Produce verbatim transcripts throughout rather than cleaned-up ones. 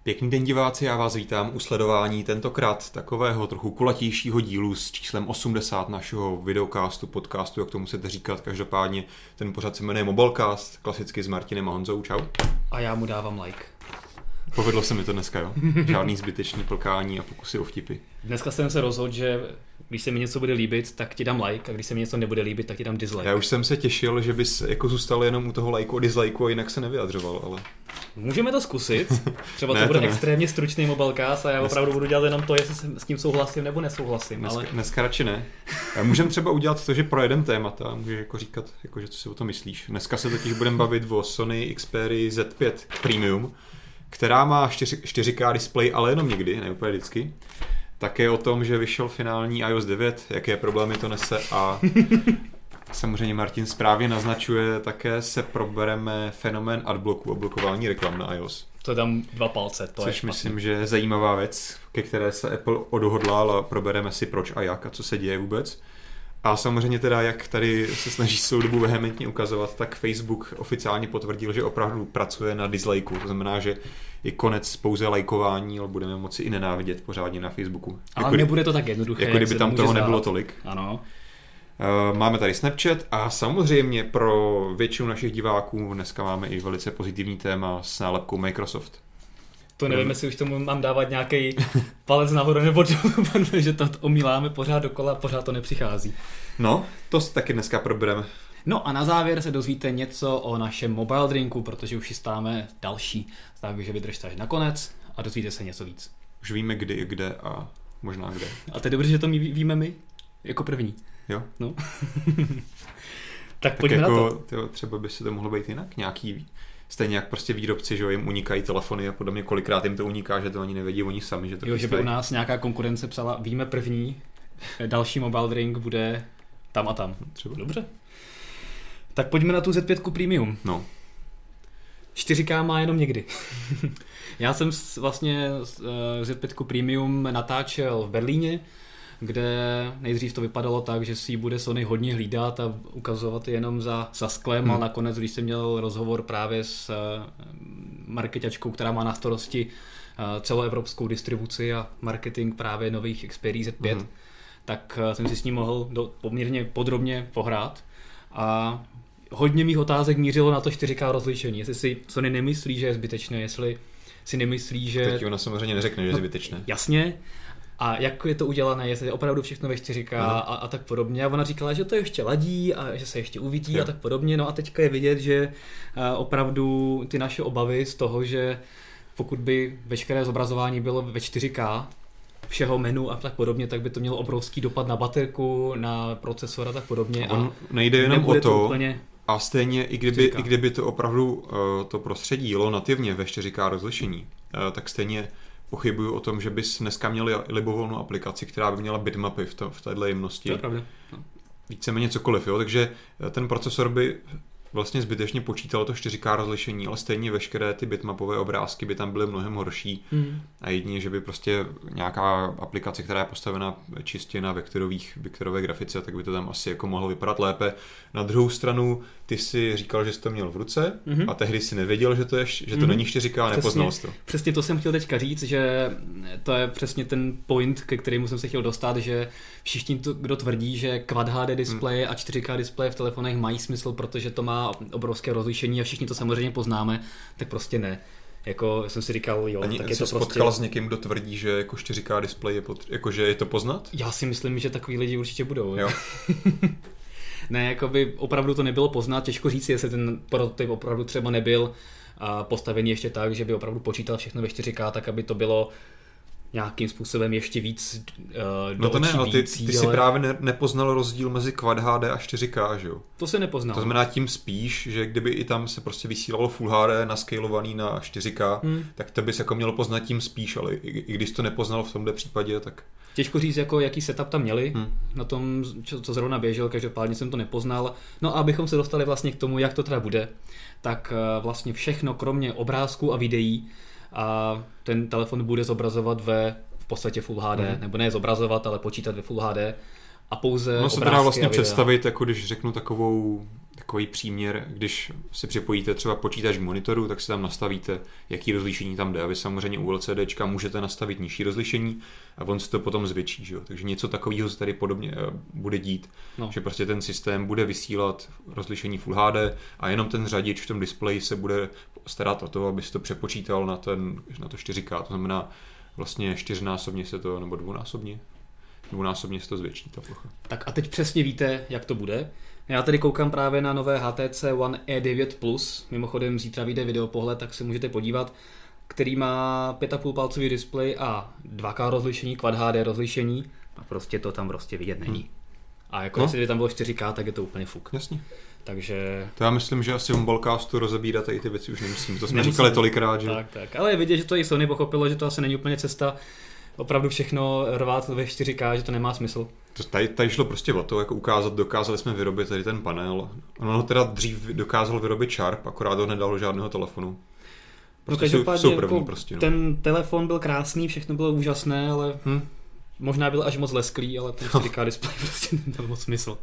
Pěkný den diváci, já vás vítám u sledování tentokrát takového trochu kulatějšího dílu s číslem osmdesát našeho videocastu, podcastu, jak tomu chcete říkat. Každopádně ten pořad se jmenuje Mobilecast, klasicky s Martinem a Honzou. Čau. A já mu dávám like. Povedlo se mi to dneska, jo? Žádný zbytečný plkání a pokusy o vtipy. Dneska jsem se rozhodl, že když se mi něco bude líbit, tak ti dám like, a když se mi něco nebude líbit, tak ti dám dislike. Já už jsem se těšil, že bys jako zůstal jenom u toho lajku a dislajku a jinak se nevyjadřoval, ale... Můžeme to zkusit. Třeba Ne, to bude to ne. extrémně stručný mobilecast a já Dneska... opravdu budu dělat jenom to, jestli s tím souhlasím nebo nesouhlasím. Dneska, ale... dneska radši ne. Můžeme třeba udělat to, že projedem témata a můžeš jako říkat, jako, že co si o tom myslíš. Dneska se totiž budeme bavit o Sony Xperia Z pět Premium, která má čtyři ká display, ale jenom někdy, ne úplně vždycky. Také o tom, že vyšel finální iOS devět, jaké problémy to nese a samozřejmě Martin správně naznačuje, také se probereme fenomén adblocku, oblokování reklam na iOS. To dám dva palce, to Což je špatný. myslím, že je zajímavá věc, ke které se Apple odhodlal a probereme si proč a jak a co se děje vůbec. A samozřejmě teda, jak tady se snaží svou dobu vehementně ukazovat, tak Facebook oficiálně potvrdil, že opravdu pracuje na dislikeu. To znamená, že je konec pouze lajkování, ale budeme moci i nenávidět pořádně na Facebooku. Ale jako nebude to tak jednoduché. Jako kdyby tam toho zdát. nebylo tolik. Ano. Máme tady Snapchat a samozřejmě pro většinu našich diváků dneska máme i velice pozitivní téma s nálepkou Microsoft. To nevím, jestli už tomu mám dávat nějaký palec nahoru nebo dolů, protože to omíláme pořád dokola, pořád to nepřichází. No, to taky dneska probereme. No a na závěr se dozvíte něco o našem mobile drinku, protože už chystáme další, takže vydržte až nakonec a dozvíte se něco víc. Už víme kdy, kde a možná kde. A to je dobře, že to my víme my jako první. Jo. No. tak, tak pojďme tak jako, na to. Tyjo, třeba by se to mohlo být jinak, nějaký, stejně jak prostě výrobci, že jim unikají telefony a podle mě kolikrát jim to uniká, že to ani nevědí oni sami, že to Jo, že by u nás nějaká konkurence psala, víme první, další mobile drink bude tam a tam. Třeba. Dobře. Tak pojďme na tu Z pět Premium. No. čtyři ká má jenom někdy. Já jsem vlastně Z pět Premium natáčel v Berlíně, kde nejdřív to vypadalo tak, že si ji bude Sony hodně hlídat a ukazovat jenom za, za sklem, hmm. ale nakonec, když jsem měl rozhovor právě s marketačkou, která má na starosti celoevropskou distribuci a marketing právě nových Xperia Z pět, hmm. tak jsem si s ním mohl do, poměrně podrobně pohrát a hodně mých otázek mířilo na to čtyři ká rozlišení. Jestli si Sony nemyslí, že je zbytečné, jestli si nemyslí, že... Teď ona samozřejmě neřekne, že je zbytečné. No, jasně. A jak je to udělané, jestli je opravdu všechno ve čtyři ká a, a tak podobně. A ona říkala, že to ještě ladí a že se ještě uvidí jo. a tak podobně. No a teďka je vidět, že opravdu ty naše obavy z toho, že pokud by veškeré zobrazování bylo ve čtyři ká, všeho menu a tak podobně, tak by to mělo obrovský dopad na baterku, na procesor a tak podobně. On a nejde jenom o to, to úplně... a stejně i kdyby, i kdyby to opravdu uh, to prostředí jelo nativně ve čtyři ká rozlišení, uh, tak stejně pochybuju o tom, že bys dneska měli libovolnou aplikaci, která by měla bitmapy v, to, v téhle jemnosti. To je pravda. No. Víceméně cokoliv, jo? Takže ten procesor by vlastně zbytečně počítal to čtyři ká rozlišení, ale stejně veškeré ty bitmapové obrázky by tam byly mnohem horší. Mm. A jedině, že by prostě nějaká aplikace, která je postavena čistě na vektorových, vektorové grafice, tak by to tam asi jako mohlo vypadat lépe. Na druhou stranu, ty si říkal, že jsi to měl v ruce mm-hmm. a tehdy si nevěděl, že to, je, že to mm-hmm. není čtyři ká, nepoznal jsi to. Přesně to jsem chtěl teďka říct, že to je přesně ten point, ke kterému jsem se chtěl dostat, že všichni, to, kdo tvrdí, že Quad H D displeje mm. a čtyři ká displeje v telefonech mají smysl, protože to má obrovské rozlišení a všichni to samozřejmě poznáme, tak prostě ne. Jako jsem si říkal, jo, Ani tak je to prostě... potkal s někým, kdo tvrdí, že jako čtyři ká displej je, pot... jako, že je to poznat? Já si myslím, že takový lidi určitě budou. Jo. Ne, jako by opravdu to nebylo poznat, těžko říct, jestli ten prototyp opravdu třeba nebyl postavený ještě tak, že by opravdu počítal všechno ve čtyři ká, tak aby to bylo nějakým způsobem ještě víc uh, no to ne, ale ty, ty si ale... právě ne, nepoznal rozdíl mezi Quad H D a čtyři ká, že jo? To se nepoznal. To znamená tím spíš, že kdyby i tam se prostě vysílalo Full H D naskalovaný na čtyři ká, hmm. tak to bys jako měl poznat tím spíš, ale i, i když to nepoznal v tomhle případě, tak... Těžko říct, jako, jaký setup tam měli hmm. na tom, co zrovna běžel, každopádně jsem to nepoznal. No a abychom se dostali vlastně k tomu, jak to teda bude, tak vlastně všechno, kromě obrázků a videí, a ten telefon bude zobrazovat ve v podstatě Full H D, hmm. nebo ne zobrazovat, ale počítat ve Full H D a pouze no se dá vlastně představit, jako když řeknu takovou takový příměr, když si připojíte třeba počítač k monitoru, tak si tam nastavíte, jaký rozlišení tam jde. A vy samozřejmě u LCDčka můžete nastavit nižší rozlišení a on si to potom zvětší. Že jo? Takže něco takového se tady podobně bude dít, no. Že prostě ten systém bude vysílat rozlišení Full H D a jenom ten řadič v tom displeji se bude starat o to, aby si to přepočítal na, ten, na to čtyři ká. To znamená vlastně čtyřnásobně se to, nebo dvounásobně, dvounásobně se to zvětší ta plocha. Tak a teď přesně víte, jak to bude. Já tady koukám právě na nové H T C One E devět plus, mimochodem zítra vyjde videopohled, tak se můžete podívat, který má pět a půl palcový displej a dva ká rozlišení, Quad H D rozlišení a prostě to tam prostě vidět není. Hmm. A jako no. Jestli tam bylo čtyři ká, tak je to úplně fuk. Jasně. Takže... To já myslím, že asi v Mobilecastu rozebírat i ty věci už nemusím. To jsme nemusím. říkali tolikrát, že... Tak, tak. Ale je vidět, že to i Sony pochopilo, že to asi není úplně cesta opravdu všechno rvát ve čtyři ká, že to nemá smysl. To tady, tady šlo prostě o to, jako ukázat, dokázali jsme vyrobit tady ten panel. Ono teda dřív dokázal vyrobit Sharp, akorát ho nedal do žádného telefonu. Prostě no, jsou, jsou první jako prostě. No. Ten telefon byl krásný, všechno bylo úžasné, ale hm. možná byl až moc lesklý, ale ten čtyři ká displej prostě neměl moc smysl.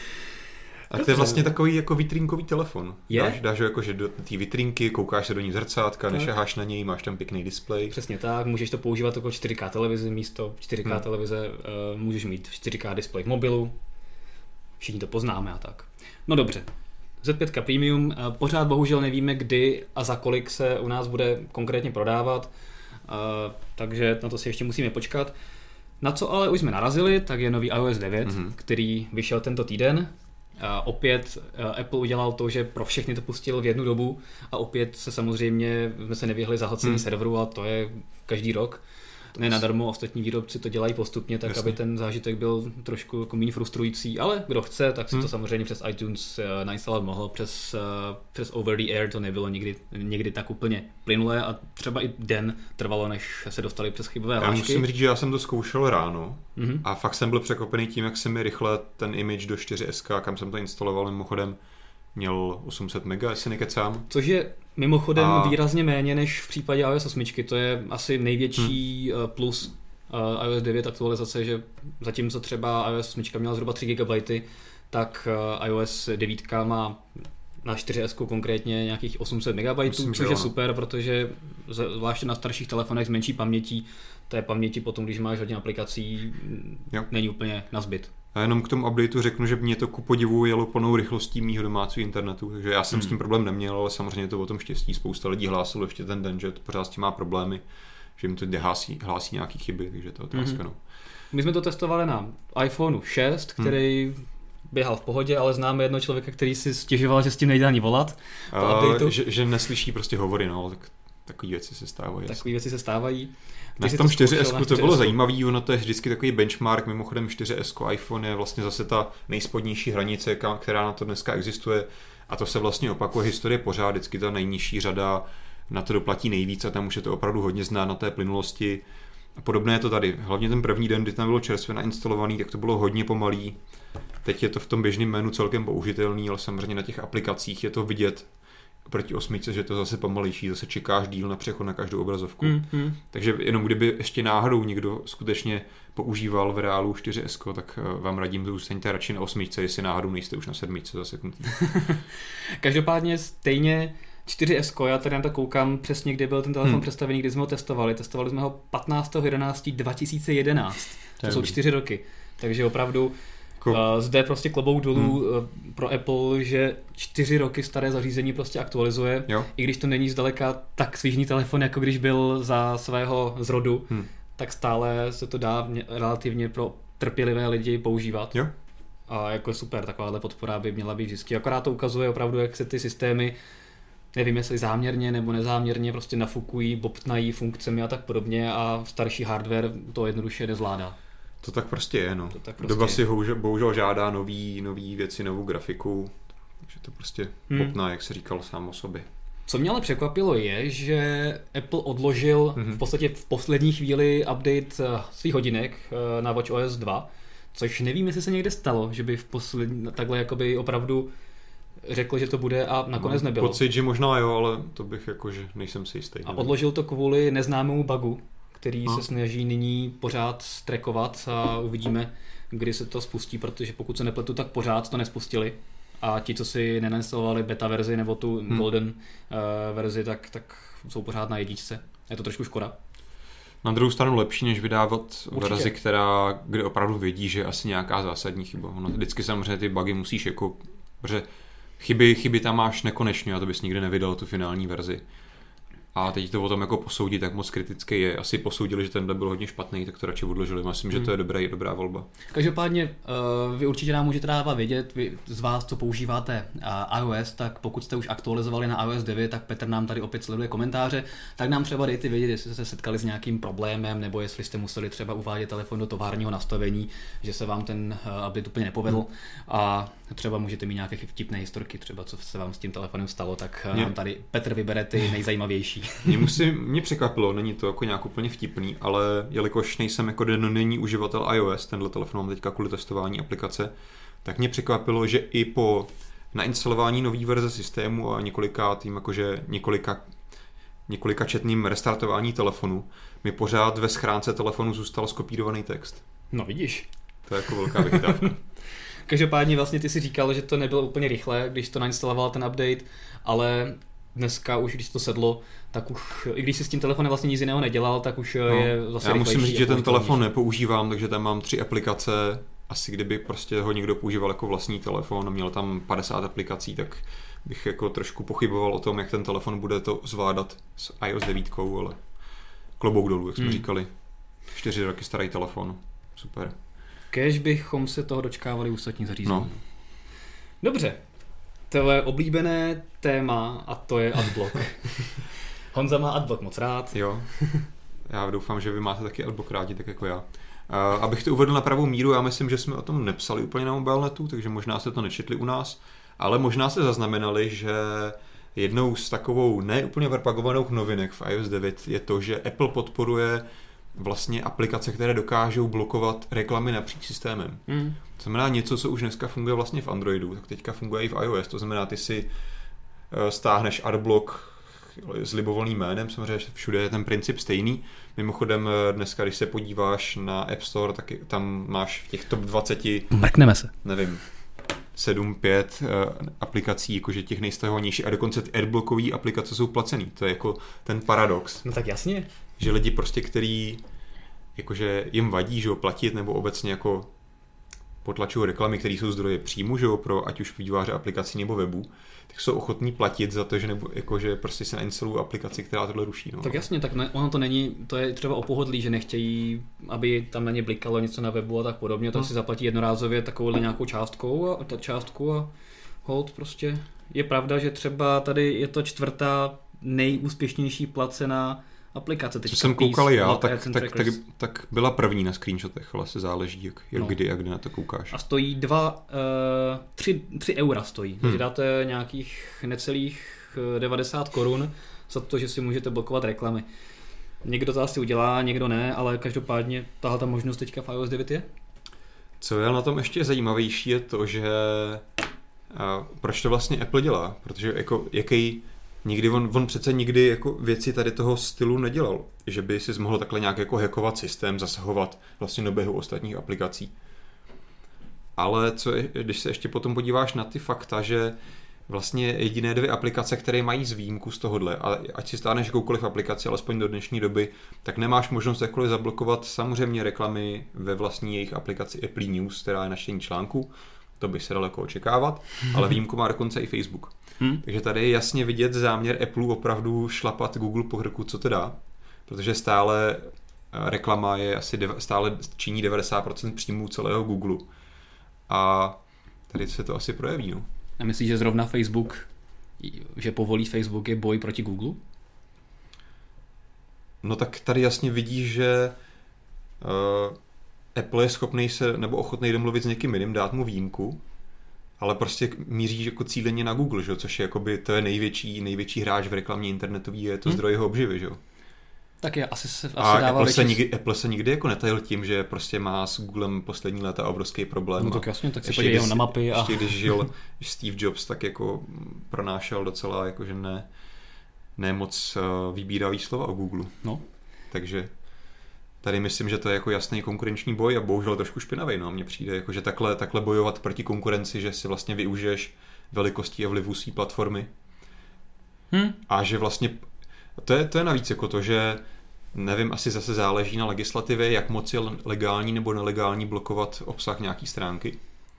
A to je vlastně takový jako vitrínkový telefon. Je? Dáš, dáš ho jako, že do té vitrínky, koukáš se do ní zrcátka, nešaháš na něj, máš tam pěkný displej. Přesně tak, můžeš to používat jako čtyři ká televizi místo čtyři ká hmm. televize, uh, můžeš mít čtyři ká displej v mobilu, všichni to poznáme a tak. No dobře, Z pět Premium, uh, pořád bohužel nevíme, kdy a za kolik se u nás bude konkrétně prodávat, uh, takže na to si ještě musíme počkat. Na co ale už jsme narazili, tak je nový iOS devět, hmm. který vyšel tento týden. A opět Apple udělal to, že pro všechny to pustil v jednu dobu a opět se samozřejmě jsme se nevyhli zahlcení hmm. serveru a to je každý rok. Ne nadarmo, ostatní výrobci to dělají postupně, tak Jasně. aby ten zážitek byl trošku jako méně frustrující, ale kdo chce, tak si hmm. to samozřejmě přes iTunes nainstalovat mohl, přes, přes over the air to nebylo nikdy, někdy tak úplně plynulé a třeba i den trvalo, než se dostali přes chybové hlášky. Já musím říct, že já jsem to zkoušel ráno mm-hmm. a fakt jsem byl překvapený tím, jak se mi rychle ten image do čtyři S, kam jsem to instaloval, mimochodem měl osm set mega, jestli nekecám. Což je mimochodem a... výrazně méně než v případě iOS osm, to je asi největší hmm. plus uh, iOS devět aktualizace, že zatímco třeba iOS osm měla zhruba tři gigabajty, tak uh, iOS devět má na čtyři S konkrétně nějakých osm set megabajtů, Myslím, což je super, protože zvláště na starších telefonech s menší pamětí, té paměti potom, když máš hodně aplikací, jo. není úplně na zbyt. A jenom k tomu updateu řeknu, že mě to ku podivu jelo plnou rychlostí mýho domácího internetu, takže já jsem hmm. s tím problém neměl, ale samozřejmě to o tom štěstí. Spousta lidí hlásilo ještě ten den, že pořád s tím má problémy, že jim to hlásí, hlásí nějaký chyby, takže to je otázka. Hmm. No. My jsme to testovali na iPhone šest, který hmm. běhal v pohodě, ale známe jednoho člověka, který si stěžoval, že s tím nejde ani volat. Uh, že, že neslyší prostě hovory, no, tak takové věci se stávají. Takové věci se stávají. Na tom čtyři S to bylo zajímavé, ono to je vždycky takový benchmark, mimochodem čtyři S iPhone je vlastně zase ta nejspodnější hranice, která na to dneska existuje a to se vlastně opakuje historie pořád, vždycky ta nejnižší řada na to doplatí nejvíc a tam už je to opravdu hodně znát na té plynulosti. A podobné je to tady, hlavně ten první den, kdy tam bylo čerstvě nainstalovaný, tak to bylo hodně pomalý. Teď je to v tom běžném menu celkem použitelný, ale samozřejmě na těch aplikacích je to vidět proti osmičce, že to zase pomalejší, zase čekáš díl na přechod na každou obrazovku. Mm, mm. Takže jenom kdyby ještě náhodou někdo skutečně používal v reálu čtyři S, tak vám radím, že zůstaňte radši na osmičce, jestli náhodou nejste už na sedmičce zaseknutý. Každopádně stejně čtyři S, já tady na to koukám přesně, kdy byl ten telefon hmm. představený, kdy jsme ho testovali. Testovali jsme ho patnáctého jedenáctého dva tisíce jedenáct. To jsou čtyři roky. Takže opravdu Uh, zde prostě klobouk dolů hmm. uh, pro Apple, že čtyři roky staré zařízení prostě aktualizuje, jo. I když to není zdaleka tak svížný telefon, jako když byl za svého zrodu, hmm. tak stále se to dá mě, relativně pro trpělivé lidi používat. Jo. A jako je super, takováhle podpora by měla být vždycky. Akorát to ukazuje opravdu, jak se ty systémy, nevím jestli záměrně nebo nezáměrně, prostě nafukují, bobtnají funkcemi a tak podobně a starší hardware to jednoduše nezvládá. To tak prostě je, no. Prostě Doba je. si houže, bohužel žádá nový, nový věci, novou grafiku, takže to prostě hmm. popná, jak se říkal sám o sobě. Co mě ale překvapilo je, že Apple odložil mm-hmm. v podstatě v poslední chvíli update svých hodinek na watchOS dva, což nevím, jestli se někde stalo, že by v poslední, takhle jakoby opravdu řekl, že to bude a nakonec no, nebylo. Pocit, že možná jo, ale to bych jakože nejsem si jistý. A odložil to kvůli neznámému bugu, který no. se snaží nyní pořád trackovat a uvidíme, kdy se to spustí, protože pokud se nepletu, tak pořád to nespustili. a ti, co si nenainstalovali beta verzi nebo tu hmm. golden uh, verzi, tak, tak jsou pořád na jedničce. Je to trošku škoda. Na druhou stranu lepší, než vydávat Určitě. verzi, která, kde opravdu vědí, že je asi nějaká zásadní chyba. Ono, vždycky samozřejmě ty bugy musíš jako, protože chyby, chyby tam máš nekonečně a to bys nikdy nevydal tu finální verzi. A teď to o tom jako posoudit, tak moc kriticky je. Asi posoudili, že tenhle byl hodně špatný, tak to radši odložili. Myslím, hmm. že to je dobrá, dobrá volba. Každopádně uh, vy určitě nám můžete dávat vědět, vy z vás, co používáte uh, iOS, tak pokud jste už aktualizovali na iOS devět, tak Petr nám tady opět sleduje komentáře, tak nám třeba dejte vědět, jestli jste se setkali s nějakým problémem, nebo jestli jste museli třeba uvádět telefon do továrního nastavení, že se vám ten uh, update úplně nepovedl hmm. a třeba můžete mít nějaké vtipné historky, třeba co se vám s tím telefonem stalo, tak uh, nám tady Petr vybere ty nejzajímavější. Mě, musím, mě překvapilo, není to jako nějak úplně vtipný, ale jelikož nejsem jako dennodenní uživatel iOS, tenhle telefon mám teďka kvůli testování aplikace, tak mě překvapilo, že i po nainstalování nový verze systému a několika tým, jakože několika, několika četným restartování telefonu, mi pořád ve schránce telefonu zůstal skopírovaný text. No vidíš. To je jako velká vychytávka. Každopádně vlastně ty si říkal, že to nebylo úplně rychle, když to nainstaloval ten update, ale dneska už, když to sedlo, tak už, i když si s tím telefonem vlastně nic jiného nedělal, tak už no, je zase já musím říct, že ten telefon níž. nepoužívám, takže tam mám tři aplikace. Asi kdyby prostě ho někdo používal jako vlastní telefon a měl tam padesát aplikací, tak bych jako trošku pochyboval o tom, jak ten telefon bude to zvládat s iOS devět, ale klobouk dolů, jak jsme hmm. říkali. Čtyři roky starý telefon. Super. Kéž bychom se toho dočkávali u ostatních zařízení. No. Dobře. Tvoje oblíbené téma a to je adblock. Honza má adblock moc rád. Jo. Já doufám, že vy máte taky adblock rádi, tak jako já. Uh, abych to uvedl na pravou míru, já myslím, že jsme o tom nepsali úplně na Mobilenetu, takže možná se to nečetli u nás, ale možná se zaznamenali, že jednou z takovou neúplně propagovaných novinek v iOS devět je to, že Apple podporuje vlastně aplikace, které dokážou blokovat reklamy napříč systémem. Mm. To znamená něco, co už dneska funguje vlastně v Androidu, tak teďka funguje i v iOS. To znamená, ty si stáhneš adblock s libovolným jménem, samozřejmě všude je ten princip stejný. Mimochodem dneska, když se podíváš na App Store, tak tam máš v těch top dvacet, mrkneme se. Nevím, sedm, pět uh, aplikací, jakože těch nejstahovanějších a dokonce ty adblockové aplikace jsou placený. To je jako ten paradox. No tak jasně. Že lidi prostě, který jakože jim vadí, že ho platit, nebo obecně jako potlačují reklamy, které jsou zdroje příjmu, že jo, pro ať už vývojáře aplikací nebo webu, tak jsou ochotní platit za to, že nebo jakože prostě se nainstalují aplikaci, která tohle ruší. No. Tak jasně, tak ne, ono to není, to je třeba o pohodlí, že nechtějí, aby tam na ně blikalo něco na webu a tak podobně, tak no. si zaplatí jednorázově takovouhle nějakou částkou a ta částku a hold prostě. Je pravda, že třeba tady je to čtvrtá nejúspěšnější placená aplikace. Co jsem koukal já, tak, tak, tak, tak byla první na screenshotech, ale se záleží, jak, jak no. kdy a kdy na to koukáš. A stojí dva, uh, tři, tři eura stojí. Hmm. Takže dáte nějakých necelých devadesát korun za to, že si můžete blokovat reklamy. Někdo to asi udělá, někdo ne, ale každopádně tahle ta možnost teďka v iOS devět je? Co je na tom ještě zajímavější je to, že uh, proč to vlastně Apple dělá, protože jako jaký Nikdy on, on přece nikdy jako věci tady toho stylu nedělal, že by si mohl takhle nějak jako hackovat systém, zasahovat vlastně do běhu ostatních aplikací. Ale co je, když se ještě potom podíváš na ty fakta, že vlastně jediné dvě aplikace, které mají z výjimku z tohohle, a ať si stáhneš jakoukoliv aplikaci, alespoň do dnešní doby, tak nemáš možnost jakkoliv zablokovat samozřejmě reklamy ve vlastní jejich aplikaci Apple News, která je na čtení článku, to by se dalo jako očekávat, ale výjimku má dokonce i Facebook. Hmm. Takže tady je jasně vidět záměr Apple opravdu šlapat Google po hrku, co to dá, protože stále reklama je asi deva, stále činí devadesát procent příjmů celého Google. A tady se to asi projeví. No. A myslíš, že zrovna Facebook, že povolí Facebook je boj proti Google? No tak tady jasně vidíš, že uh, Apple je schopný se, nebo ochotný domluvit s někým jiným, dát mu výjimku, ale prostě míří jako cíleně na Google, že? Což je jakoby, to je největší, největší hráč v reklamě internetový, je to hmm. zdroj jeho obživy, že? Tak je, asi se asi a dává Apple, větší... se nikdy, Apple se nikdy jako netajil tím, že prostě má s Googlem poslední léta obrovský problém. No tak jasně, tak si podívej na mapy. A... Ještě když žil Steve Jobs, tak jako pronášel docela, jakože ne, ne moc vybíravý slova o Google. No. Takže tady myslím, že to je jako jasný konkurenční boj a bohužel trošku špinavý, no, mně přijde, jako, že takhle, takhle bojovat proti konkurenci, že si vlastně využiješ velikostí a vlivu své platformy Hmm. a že vlastně, to je, to je navíc jako to, že nevím, asi zase záleží na legislativě, jak moc je legální nebo nelegální blokovat obsah nějaký stránky.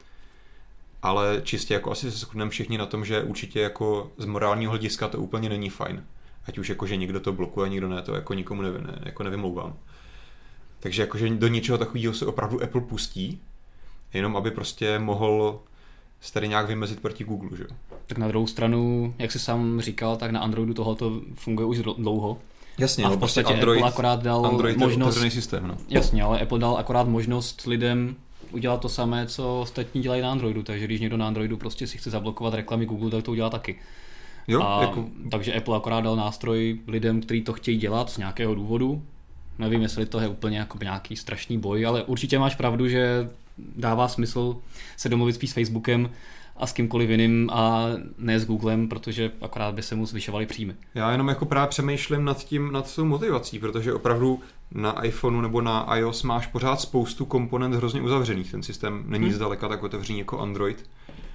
Ale čistě jako asi se shodneme všichni na tom, že určitě jako z morálního hlediska to úplně není fajn. Ať už jako, že někdo to blokuje, někdo ne, to jako nikomu nevy, ne, jako nevymlouvám. Takže jako, že do něčeho takového se opravdu Apple pustí, jenom aby prostě mohl se tady nějak vymezit proti Google, že? Tak na druhou stranu, jak jsi sám říkal, tak na Androidu tohoto funguje už dlouho. Jasně, a v no, podstatě prostě Android, Apple akorát dal Android možnost... je systém, no. Jasně, ale Apple dal akorát možnost lidem udělat to samé, co ostatní dělají na Androidu, takže když někdo na Androidu prostě si chce zablokovat reklamy Google, tak to udělá taky. Jo, a, jako... Takže Apple akorát dal nástroj lidem, kteří to chtějí dělat z nějakého důvodu. Nevím, jestli to je úplně jako nějaký strašný boj, ale určitě máš pravdu, že dává smysl se domluvit spíš s Facebookem a s kýmkoliv jiným a ne s Googlem, protože akorát by se mu zvyšovaly příjmy. Já jenom jako právě přemýšlím nad tím, nad tou motivací, protože opravdu na iPhoneu nebo na iOS máš pořád spoustu komponent hrozně uzavřených. Ten systém není hmm. zdaleka tak otevřený jako Android.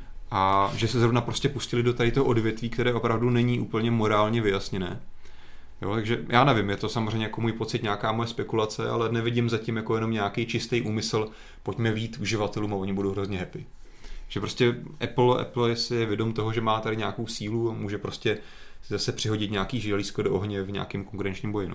A že se zrovna prostě pustili do tady toho odvětví, které opravdu není úplně morálně vyjasněné. Jo, takže já nevím, je to samozřejmě jako můj pocit, nějaká moje spekulace, ale nevidím zatím jako jenom nějaký čistý úmysl, pojďme vít uživatelům a oni budou hrozně happy. Že prostě Apple, Apple si je vědom toho, že má tady nějakou sílu a může prostě zase přihodit nějaký želízko do ohně v nějakém konkurenčním boji. No.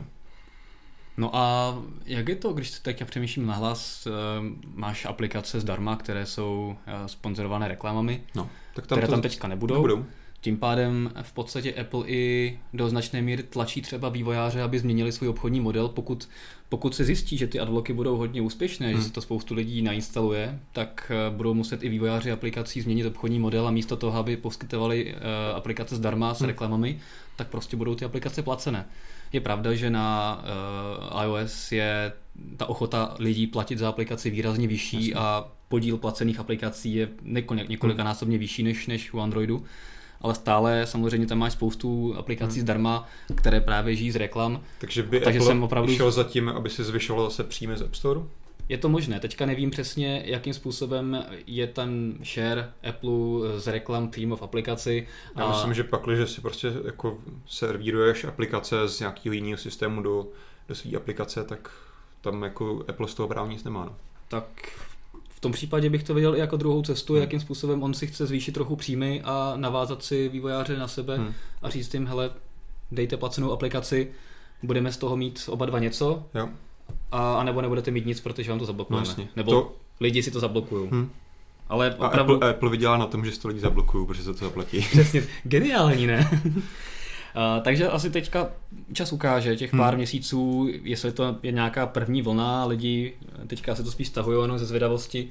No a jak je to, když teď já přemýšlím nahlas, máš aplikace zdarma, které jsou sponzorované reklamami, no, tak tam které to tam teďka nebudou. nebudou. Tím pádem v podstatě Apple i do značné míry tlačí třeba vývojáře, aby změnili svůj obchodní model. Pokud, pokud se zjistí, že ty adblocky budou hodně úspěšné, hmm. že se to spoustu lidí nainstaluje, tak budou muset i vývojáři aplikací změnit obchodní model a místo toho, aby poskytovali uh, aplikace zdarma s hmm. reklamami, tak prostě budou ty aplikace placené. Je pravda, že na uh, iOS je ta ochota lidí platit za aplikaci výrazně vyšší Jasně. a podíl placených aplikací je několikanásobně vyšší než, než u Androidu. Ale stále samozřejmě tam máš spoustu aplikací hmm. zdarma, které právě žijí z reklam. Takže by Takže Apple jsem opravdu... šel za tím, aby se zvyšoval zase příjmy z App Store? Je to možné. Teďka nevím přesně, jakým způsobem je ten share Apple z reklam přímo v aplikaci. Já a... myslím, že pakli, že si prostě jako servíruješ aplikace z nějakého jiného systému do, do své aplikace, tak tam jako Apple z toho právě nic nemá. No. Tak v tom případě bych to viděl i jako druhou cestu, hmm. jakým způsobem on si chce zvýšit trochu příjmy a navázat si vývojáře na sebe hmm. a říct jim, hele, dejte placenou aplikaci, budeme z toho mít oba dva něco, jo. a, a nebo nebudete mít nic, protože vám to zablokujeme. No, nebo to... lidi si to zablokují. Hmm. Ale a opravdu... Apple, Apple vydělá na tom, že si to lidi zablokují, protože se to zaplatí. Přesně, geniální, ne? Uh, takže asi teďka čas ukáže, těch pár hmm. měsíců, jestli to je nějaká první vlna, lidi teďka se to spíš stahují jenom ze zvědavosti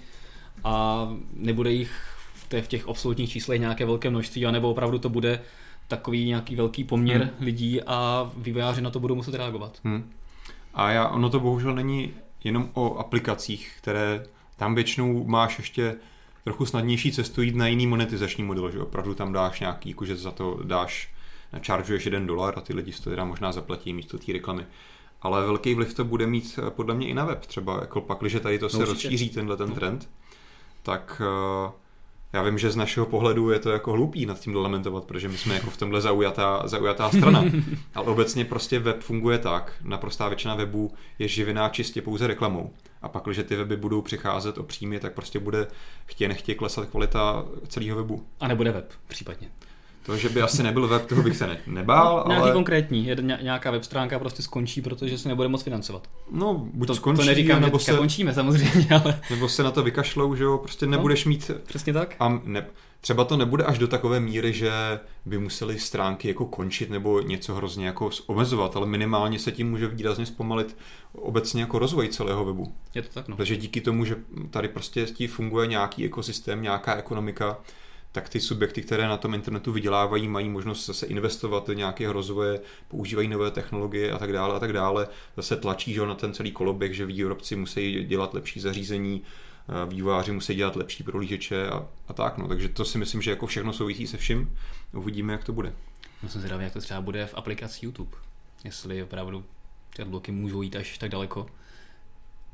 a nebude jich v, té, v těch absolutních číslech nějaké velké množství, anebo opravdu to bude takový nějaký velký poměr hmm. lidí a vývojáři na to budou muset reagovat. Hmm. A já, ono to bohužel není jenom o aplikacích, které tam většinou máš ještě trochu snadnější cestu jít na jiný monetizační model, že opravdu tam dáš nějaký, jakože za to dáš chargeuješ jeden dolar a ty lidi to teda možná zaplatí místo té reklamy. Ale velký vliv to bude mít podle mě i na web. Třeba jako pak, když tady to se no, rozšíří tenhle ten trend, tak uh, já vím, že z našeho pohledu je to jako hloupý nad tím lamentovat, protože my jsme jako v tomhle zaujatá, zaujatá strana. Ale obecně prostě web funguje tak. Naprostá většina webů je živená čistě pouze reklamou. A pak, když ty weby budou přicházet o příjmy, tak prostě bude chtě nechtě klesat kvalita celého webu. A nebude web případně. To, že by asi nebyl web, toho bych se ne, nebál, no, nějaký ale... konkrétní, nějaká web stránka prostě skončí, protože se nebude moc financovat. No, buď to, skončí, to neříkám, nebo že se... končíme samozřejmě, ale... Nebo se na to vykašlou, že jo, prostě nebudeš no, mít... Přesně tak. A ne... Třeba to nebude až do takové míry, že by museli stránky jako končit nebo něco hrozně jako omezovat, ale minimálně se tím může výrazně zpomalit obecně jako rozvoj celého webu. Je to tak, no. Takže díky tomu, že tady prostě funguje nějaký ekosystém, nějaká ekonomika, tak ty subjekty, které na tom internetu vydělávají, mají možnost zase investovat do nějakého rozvoje, používají nové technologie a tak dále a tak dále. Zase tlačí, že na ten celý koloběh, že výrobci musí dělat lepší zařízení, vývojáři musí dělat lepší prohlížeče a, a tak. No. Takže to si myslím, že jako všechno souvisí se vším. Uvidíme, jak to bude. No jsem zvědavý, jak to třeba bude v aplikaci YouTube. Jestli opravdu ty bloky můžou jít až tak daleko,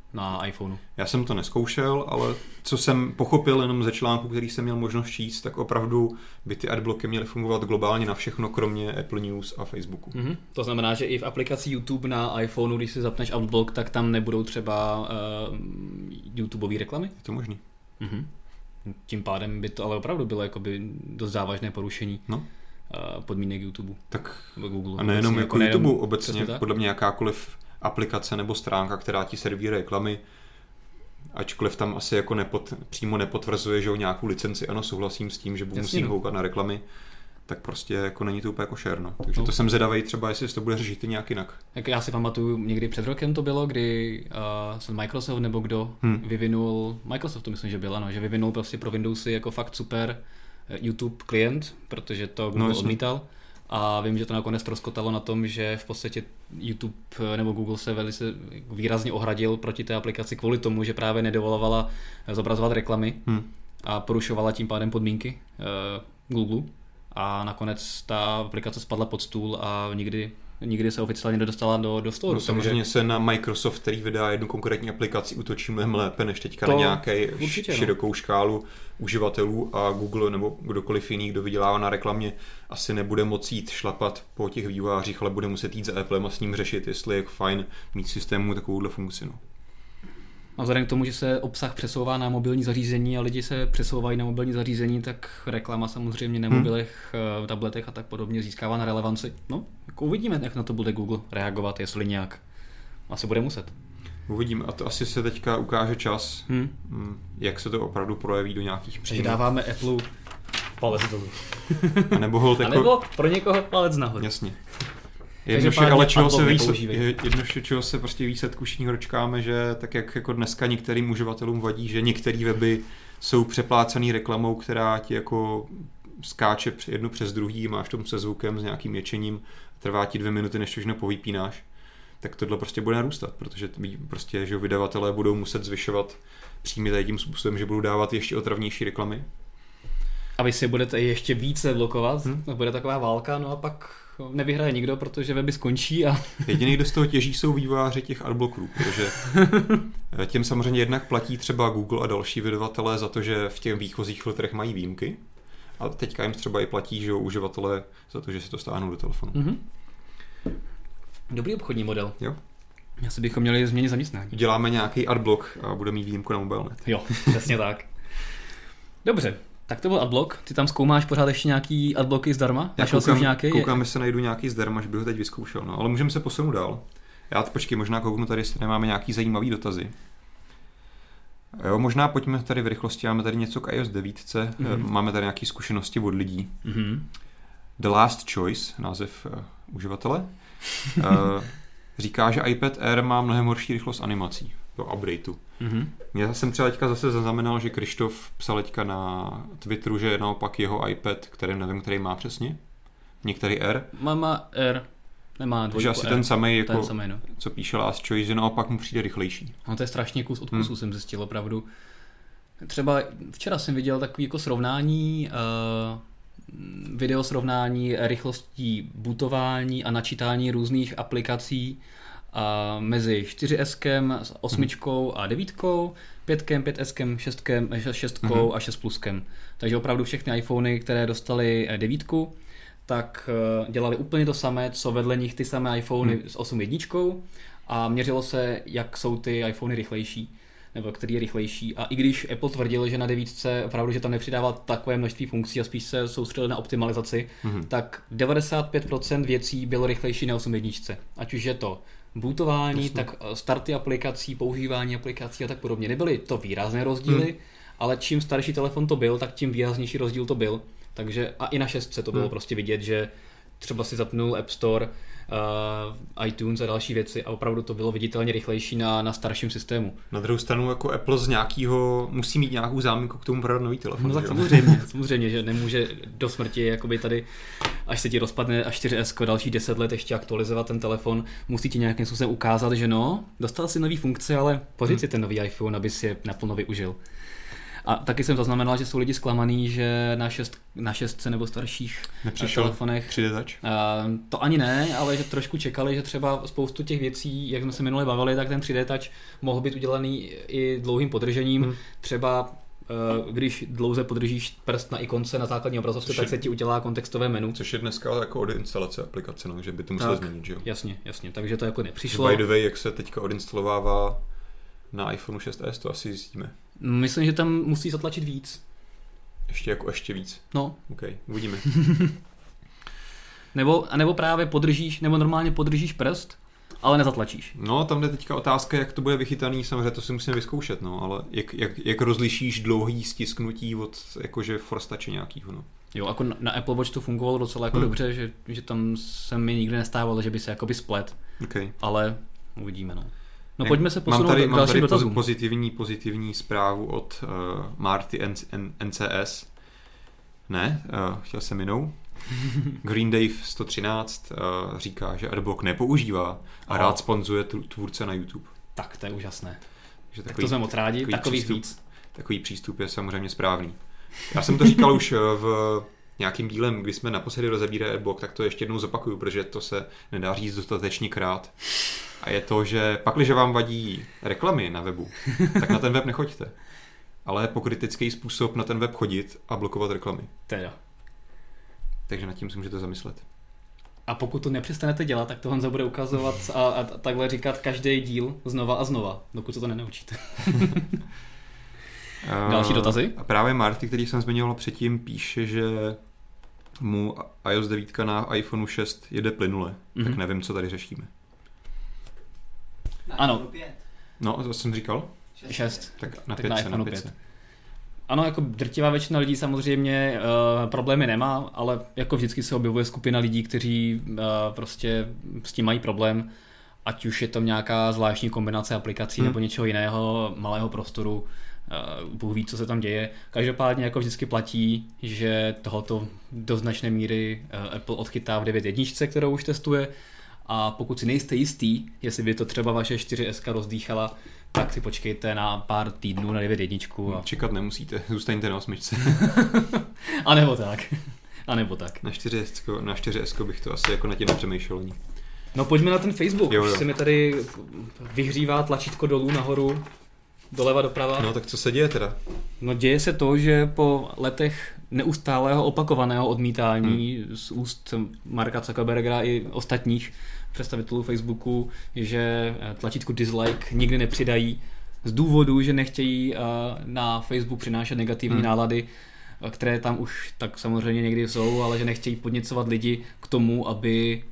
na iPhoneu. Já jsem to neskoušel, ale co jsem pochopil jenom ze článku, který jsem měl možnost číst, tak opravdu by ty adblocky měly fungovat globálně na všechno, kromě Apple News a Facebooku. Mm-hmm. To znamená, že i v aplikaci YouTube na iPhoneu, když si zapneš adblock, tak tam nebudou třeba uh, YouTubeové reklamy? Je to možný. Mm-hmm. Tím pádem by to ale opravdu bylo jakoby dost závažné porušení no. uh, podmínek YouTube. Tak Google. a nejenom obecně, jako nejenom, YouTube, obecně podle mě jakákoliv aplikace nebo stránka, která ti servíruje reklamy, ačkoliv tam asi jako nepod, přímo nepotvrzuje, že o nějakou licenci, ano, souhlasím s tím, že musím no. koukat na reklamy, tak prostě jako není to úplně jako share, no. Takže no. to jsem zvědavej třeba, jestli to bude řešit nějak jinak. Jak já si pamatuju, někdy před rokem to bylo, kdy uh, Microsoft nebo kdo hmm. vyvinul, Microsoft to myslím, že byl, ano, že vyvinul prostě pro Windowsy jako fakt super YouTube klient, protože to Google no, odmítal. A vím, že to nakonec rozkotalo na tom, že v podstatě YouTube nebo Google se velice výrazně ohradil proti té aplikaci kvůli tomu, že právě nedovolovala zobrazovat reklamy hmm. a porušovala tím pádem podmínky uh, Google. A nakonec ta aplikace spadla pod stůl a nikdy, nikdy se oficiálně nedostala do, do storu. No, samozřejmě se na Microsoft, který vydá jednu konkrétní aplikaci, útočí mnohem lépe než teďka to na nějaké určitě, širokou no. škálu uživatelů a Google nebo kdokoliv jiný, kdo vydělává na reklamě, asi nebude moci jít šlapat po těch vývojářích, ale bude muset jít za Applem a s ním řešit, jestli je fajn mít systému takovouhle funkci. No. A vzhledem k tomu, že se obsah přesouvá na mobilní zařízení a lidi se přesouvají na mobilní zařízení, tak reklama samozřejmě na mobilech, hmm. tabletech a tak podobně získává na relevanci. No, jako uvidíme, jak na to bude Google reagovat, jestli nějak. Asi bude muset. Uvidím a to asi se teďka ukáže čas, hmm. jak se to opravdu projeví do nějakých příjmů. Takže dáváme Apple palec dolů. A nebo hold jako... A nebo pro někoho palec nahoru. Jasně. Jednoduše, ale čeho se, výsled, jednoduše, čeho se prostě výsledku všichni dočkáme, že tak jak jako dneska některým uživatelům vadí, že některé weby jsou přeplácený reklamou, která ti jako skáče jedno přes druhý, máš tomu se zvukem s nějakým ječením, trvá ti dvě minuty, než všechno povypínáš, tak tohle prostě bude narůstat, protože prostě, že vydavatelé budou muset zvyšovat příjmy tady tím způsobem, že budou dávat ještě otravnější reklamy. A vy si budete ještě více blokovat, hmm. bude taková válka, no a pak nevyhraje nikdo, protože weby skončí. A... Jediný, kdo z toho těží, jsou vývojáři těch adblockerů, protože těm samozřejmě jednak platí třeba Google a další vydavatelé za to, že v těch výchozích filtrech mají výjimky. A teďka jim třeba i platí, že uživatelé za to, že si to stáhnou do telefonu. Mm-hmm. Dobrý obchodní model. Jo. Asi bychom měli změnit zaměstnání. Děláme nějaký adblock a budeme mít výjimku na mobilnet. Jo, přesně tak. Dobře. Tak to byl adblock. Ty tam zkoumáš pořád ještě nějaký adblocky zdarma? Já koukám, už nějaký? koukám, jestli najdu nějaký zdarma, že bych ho teď vyzkoušel. No, ale můžeme se posunout dál. Já počkej, možná kouknu tady, jestli nemáme nějaký zajímavý dotazy. Jo, možná pojďme tady v rychlosti, máme tady něco k iOS devět. Mm-hmm. Máme tady nějaké zkušenosti od lidí. Mm-hmm. The Last Choice, název uh, uživatele, uh, říká, že iPad Air má mnohem horší rychlost animací do updateu. Mm-hmm. Já jsem třeba teďka zase zaznamenal, že Krištof psal teďka na Twitteru, že je naopak jeho iPad, který nevím, který má přesně. Některý R. Má R, nemá dvojku. Takže asi ten samej, jako, ten samej, no. co píše Last Choice, že naopak mu přijde rychlejší. No to je strašně kus od kusu, hmm. jsem zjistil opravdu. Třeba včera jsem viděl takový jako srovnání, uh, video srovnání rychlostí bootování a načítání různých aplikací a mezi čtyři eskem, osmičkou a devítkou, pětkem, pět eskem, šestkem, šestkou mm-hmm. a šest pluskem. Takže opravdu všechny iPhony, které dostaly devítku, tak dělali úplně to samé, co vedle nich ty samé iPhony mm. s osm jedničkou a měřilo se, jak jsou ty iPhony rychlejší, nebo který je rychlejší. A i když Apple tvrdil, že na devítce opravdu, že tam nepřidává takové množství funkcí a spíš se soustředil na optimalizaci, mm-hmm. tak devadesát pět procent věcí bylo rychlejší na osm jedničce. Ať už je to bootování, Jasně. tak starty aplikací, používání aplikací a tak podobně. Nebyly to výrazné rozdíly, hmm. ale čím starší telefon to byl, tak tím výraznější rozdíl to byl. Takže a i na šestce to bylo hmm. prostě vidět, že třeba si zapnul App Store, uh, iTunes a další věci a opravdu to bylo viditelně rychlejší na, na starším systému. Na druhou stranu jako Apple z nějakého musí mít nějakou záminku k tomu prodat nový telefon. No tak samozřejmě, samozřejmě, že nemůže do smrti jakoby tady, až se ti rozpadne až čtyři es, další deset let ještě aktualizovat ten telefon, musí ti nějakým způsobem ukázat, že no, dostal si nový funkce, ale pořiď hmm. si ten nový iPhone, aby si je naplno využil. A taky jsem zaznamenal, že jsou lidi zklamaný, že na, šest, na šestce nebo starších nepřišel telefonech tři dé touch? Uh, to ani ne, ale že trošku čekali, že třeba spoustu těch věcí, jak jsme se minule bavili, tak ten tři dé touch mohl být udělaný i dlouhým podržením. Hmm. Třeba uh, když dlouze podržíš prst na ikonce na základní obrazovce, tak se ti udělá kontextové menu. Což je dneska jako od instalace aplikace, no, že by to muselo změnit, že jo? Jasně, jasně, takže to jako nepřišlo. By the way, jak se teďka odinstalovává na iPhone šest es, to asi zjistíme. Myslím, že tam musí zatlačit víc. Ještě jako ještě víc? No. OK, uvidíme. nebo, a nebo právě podržíš, nebo normálně podržíš prst, ale nezatlačíš. No, tam jde teďka otázka, jak to bude vychytaný, samozřejmě to si musíme vyzkoušet, no, ale jak, jak, jak rozlišíš dlouhý stisknutí od jakože force touche nějakýho, no. Jo, jako na, na Apple Watch to fungovalo docela jako hmm. dobře, že, že tam se mi nikdy nestávalo, že by se jakoby splet. Okay. Ale uvidíme, no. No pojďme se posunout mám tady, k dalším dotazům. Mám tady pozitivní, pozitivní zprávu od uh, Marty N- N- N C S. Ne, uh, chtěl jsem jinou. Green Dave sto třináct uh, říká, že Adblock nepoužívá a rád sponzuje tvůrce na YouTube. Tak, to je úžasné. Takže takový, tak to jsme moc rádi, takový takový přístup, víc. Takový přístup je samozřejmě správný. Já jsem to říkal už v nějakým dílem, kdy jsme naposledy rozebírali Adblock, tak to ještě jednou zopakuju, protože to se nedá říct dostatečně krát. A je to, že pakliže vám vadí reklamy na webu, tak na ten web nechoďte. Ale pokrytecký způsob na ten web chodit a blokovat reklamy. Teda. Takže nad tím si můžete zamyslet. A pokud to nepřestanete dělat, tak to Honza bude ukazovat a, a takhle říkat každý díl znova a znova, dokud se to nenaučíte. Další dotazy? A právě Marty, který jsem zmiňoval předtím, píše, že mu iOS devět na iPhone šest jede plynule. Mm-hmm. Tak nevím, co tady řešíme. Na ano. No, to jsem říkal? šest. Tak na tak na iPhone pět. Ano, jako drtivá většina lidí samozřejmě uh, problémy nemá, ale jako vždycky se objevuje skupina lidí, kteří uh, prostě s tím mají problém, ať už je to nějaká zvláštní kombinace aplikací hmm. nebo něčeho jiného, malého prostoru, uh, Bůh ví, co se tam děje. Každopádně jako vždycky platí, že tohoto do značné míry uh, Apple odchytá v devět jedničce, kterou už testuje, a pokud si nejste jistý, jestli by to třeba vaše čtyři es rozdýchala, tak si počkejte na pár týdnů na devět jedničku. A... Čekat nemusíte, zůstaňte na osmičce. A nebo tak. A nebo tak. Na čtyři es, na čtyři es bych to asi jako na tím nepřemýšlel. No pojďme na ten Facebook. Jo, jo. Už se mi tady vyhřívá tlačítko dolů, nahoru, doleva, doprava. No tak co se děje teda? No děje se to, že po letech neustálého opakovaného odmítání hmm. z úst Marka Zuckerberga i ostatních představitelů Facebooku, že tlačítko dislike nikdy nepřidají z důvodu, že nechtějí na Facebook přinášet negativní hmm. nálady, které tam už tak samozřejmě někdy jsou, ale že nechtějí podněcovat lidi k tomu, aby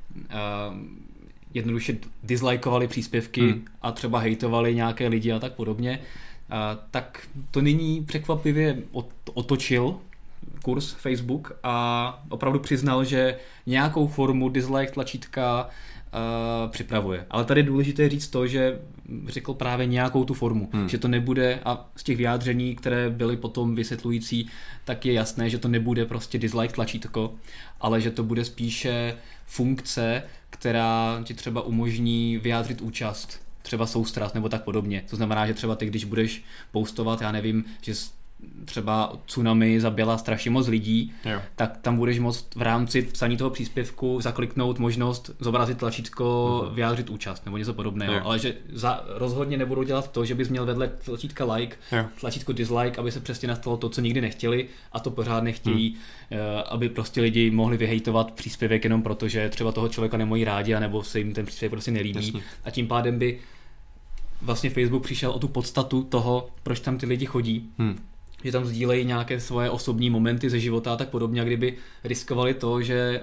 jednoduše dislikeovali příspěvky hmm. a třeba hejtovali nějaké lidi a tak podobně. Tak to nyní překvapivě otočil kurz Facebook a opravdu přiznal, že nějakou formu dislike tlačítka uh, připravuje. Ale tady je důležité říct to, že řekl právě nějakou tu formu, hmm. že to nebude, a z těch vyjádření, které byly potom vysvětlující, tak je jasné, že to nebude prostě dislike tlačítko, ale že to bude spíše funkce, která ti třeba umožní vyjádřit účast, třeba soustrast nebo tak podobně. To znamená, že třeba ty, když budeš postovat, já nevím, že třeba tsunami zabila strašně moc lidí, jo. tak tam budeš moct v rámci psaní toho příspěvku zakliknout možnost zobrazit tlačítko, uh-huh. vyjádřit účast nebo něco podobného. Jo. Ale že za, rozhodně nebudou dělat to, že bys měl vedle tlačítka like, jo. tlačítko dislike, aby se přesně nastalo to, co nikdy nechtěli, a to pořád nechtějí, hmm. aby prostě lidi mohli vyhejtovat příspěvek jenom proto, že třeba toho člověka nemají rádi, anebo se jim ten příspěvek prostě nelíbí. Jasně. A tím pádem by vlastně Facebook přišel o tu podstatu toho, proč tam ty lidi chodí. Hmm. Že tam sdílejí nějaké svoje osobní momenty ze života a tak podobně, a kdyby riskovali to, že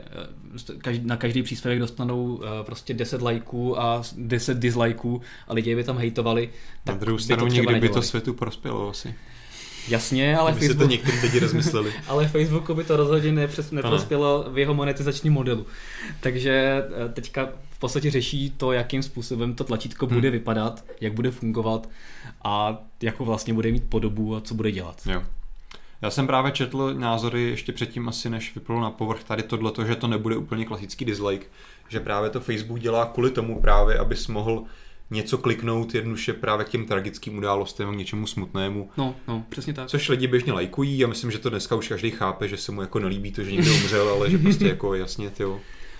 na každý příspěvek dostanou prostě deset lajků a deset dislikeů a lidi by tam hejtovali, tak na druhou stranu někdy nedělali. By to světu prospělo asi. Jasně, ale Facebook... to někteří lidi rozmysleli. Ale Facebooku by to rozhodně nepřes... neprospělo v jeho monetizačním modelu. Takže teďka v podstatě řeší to, jakým způsobem to tlačítko hmm. bude vypadat, jak bude fungovat a jakou vlastně bude mít podobu a co bude dělat. Jo. Já jsem právě četl názory ještě předtím asi, než vyplynulo na povrch tady tohleto, že to nebude úplně klasický dislike, že právě to Facebook dělá kvůli tomu právě, abys mohl něco kliknout jednoduše právě k těm tragickým událostem, k něčemu smutnému. No, no, přesně tak. Což lidi běžně lajkují a myslím, že to dneska už každý chápe, že se mu jako nelíbí to, že někdo umřel, ale že prostě jako jasně, tyjo,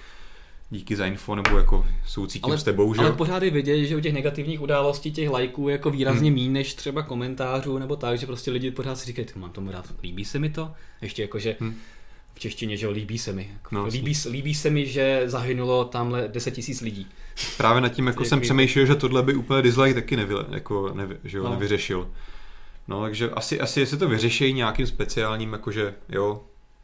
díky za info, nebo jako soucítím ale, s tebou, že? Ale pořád je vidět, že u těch negativních událostí těch lajků je jako výrazně hmm. míň než třeba komentářů nebo tak, že prostě lidi pořád si říkají, mám tomu rád, líbí se mi to? Ještě jako, že hmm. v češtině, že jo, líbí se mi. Jako, no, líbí, líbí se mi, že zahynulo tamhle deset tisíc lidí. Právě nad tím jako jsem přemýšlel, že tohle by úplně dislike taky nevy, jako nevy, že jo, no. nevyřešil. No takže asi, asi jestli to vyřeší nějakým speciálním, jakože jo,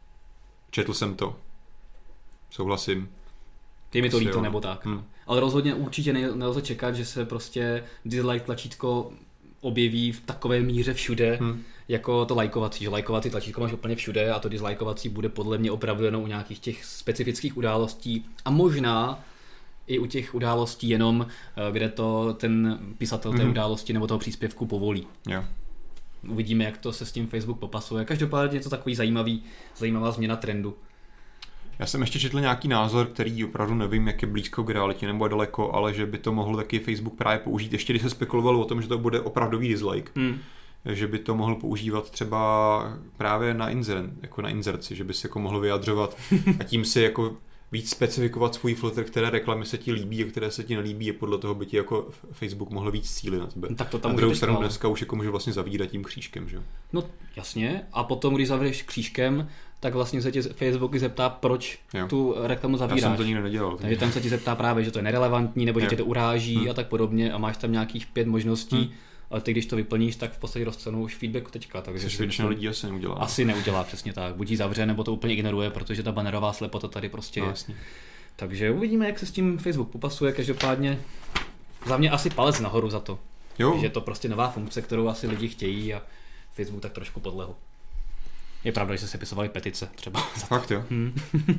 četl jsem to, souhlasím. Je mi to líto, nebo tak. Hmm. Ale rozhodně určitě nelze čekat, že se prostě dislike tlačítko objeví v takové míře všude, hmm. jako to lajkovací. Že lajkovací tlačítko máš úplně všude a to dislajkovací bude podle mě opravdu jenom u nějakých těch specifických událostí a možná i u těch událostí jenom, kde to ten písatel té hmm. události nebo toho příspěvku povolí. Yeah. Uvidíme, jak to se s tím Facebook popasuje. Každopádně je to takový zajímavý, zajímavá změna trendu. Já jsem ještě četl nějaký názor, který opravdu nevím, jak je blízko k realitě nebo daleko, ale že by to mohl taky Facebook právě použít, ještě když se spekulovalo o tom, že to bude opravdový dislike, hmm. že by to mohl používat třeba právě na insert, jako na inzerci, že by se jako mohl vyjadřovat a tím si jako víc specifikovat svůj filtr, které reklamy se ti líbí a které se ti nelíbí a podle toho by ti jako Facebook mohl víc cílit na tebe. Tak to tam na druhou stranu dneska už jako může vlastně zavírat tím křížkem, že? No jasně, a potom, když zavřeš křížkem, tak vlastně se tě Facebook zeptá, proč jo. tu reklamu zavíráš. Já jsem to nikdy nedělal. Takže tam se ti zeptá právě, že to je nerelevantní, nebo že jo. tě to uráží hmm. a tak podobně a máš tam nějakých pět možností, hmm. ale ty, když to vyplníš, tak v podstatě dostanou už feedback teďka. Takže což většina lidí asi neudělá. Asi neudělá, přesně tak. Buď ji zavře, nebo to úplně ignoruje, protože ta bannerová slepota tady prostě no, je. Jasně. Takže uvidíme, jak se s tím Facebook popasuje. Každopádně za mě asi palec nahoru za to. Jo. Že je to prostě nová funkce, kterou asi lidi chtějí a Facebook tak trošku podlehl. Je pravda, že se sepisovali petice třeba. Fakt jo. Hmm.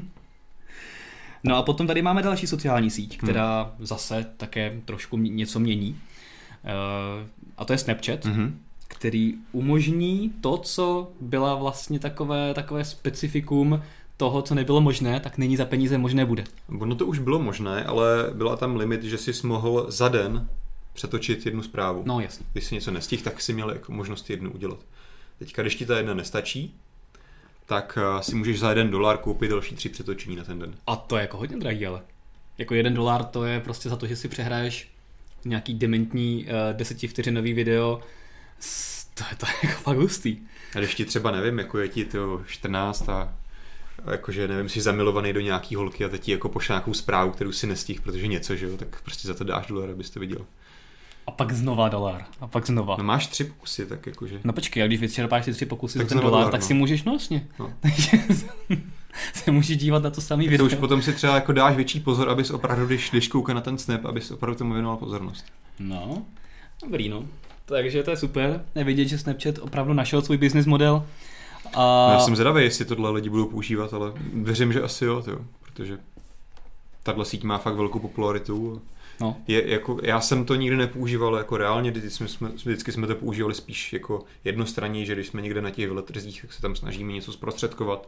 No a potom tady máme další sociální síť, která hmm. zase také trošku něco mění. Uh, a to je Snapchat, hmm. který umožní to, co byla vlastně takové, takové specifikum toho, co nebylo možné, tak nyní za peníze možné bude. Ono to už bylo možné, ale byla tam limit, že jsi mohl za den přetočit jednu zprávu. No jasně. Když si něco nestihl, tak si měl jako možnost jednu udělat. Teďka, když ti ta jedna nestačí, tak si můžeš za jeden dolar koupit další tři přetočení na ten den. A to je jako hodně drahý, ale. Jako jeden dolar to je prostě za to, že si přehraješ nějaký dementní uh, desetivteřinový video. To je to jako fakt hustý. A když ti třeba, nevím, jako je ti to čtrnáct a jakože, nevím, jsi zamilovaný do nějaký holky a teď ti jako pošle nějakou zprávu, kterou si nestihl, protože něco, že jo, tak prostě za to dáš dolar, abys to viděl. A pak znova dolar. A pak znova. No máš tři pokusy, tak jakože. No počkej, a když vyčerpáš ty tři pokusy tak za ten dolar, dolar, tak no. si můžeš, no jasně. No. Takže se můžeš dívat na to samý video. To už potom si třeba jako dáš větší pozor, abys opravdu, když, když kouká na ten snap, abys opravdu tomu věnoval pozornost. No, dobrý no. Takže to je super. Nevidět, že Snapchat opravdu našel svůj business model. A... No, já jsem zvědavý, jestli tohle lidi budou používat, ale věřím, že asi jo, tyjo, protože tahle síť má fakt velkou popularitu. No. Je, jako, já jsem to nikdy nepoužíval jako reálně, vždycky jsme, vždycky jsme to používali spíš jako jednostranně, že když jsme někde na těch veletrzích, tak se tam snažíme něco zprostředkovat.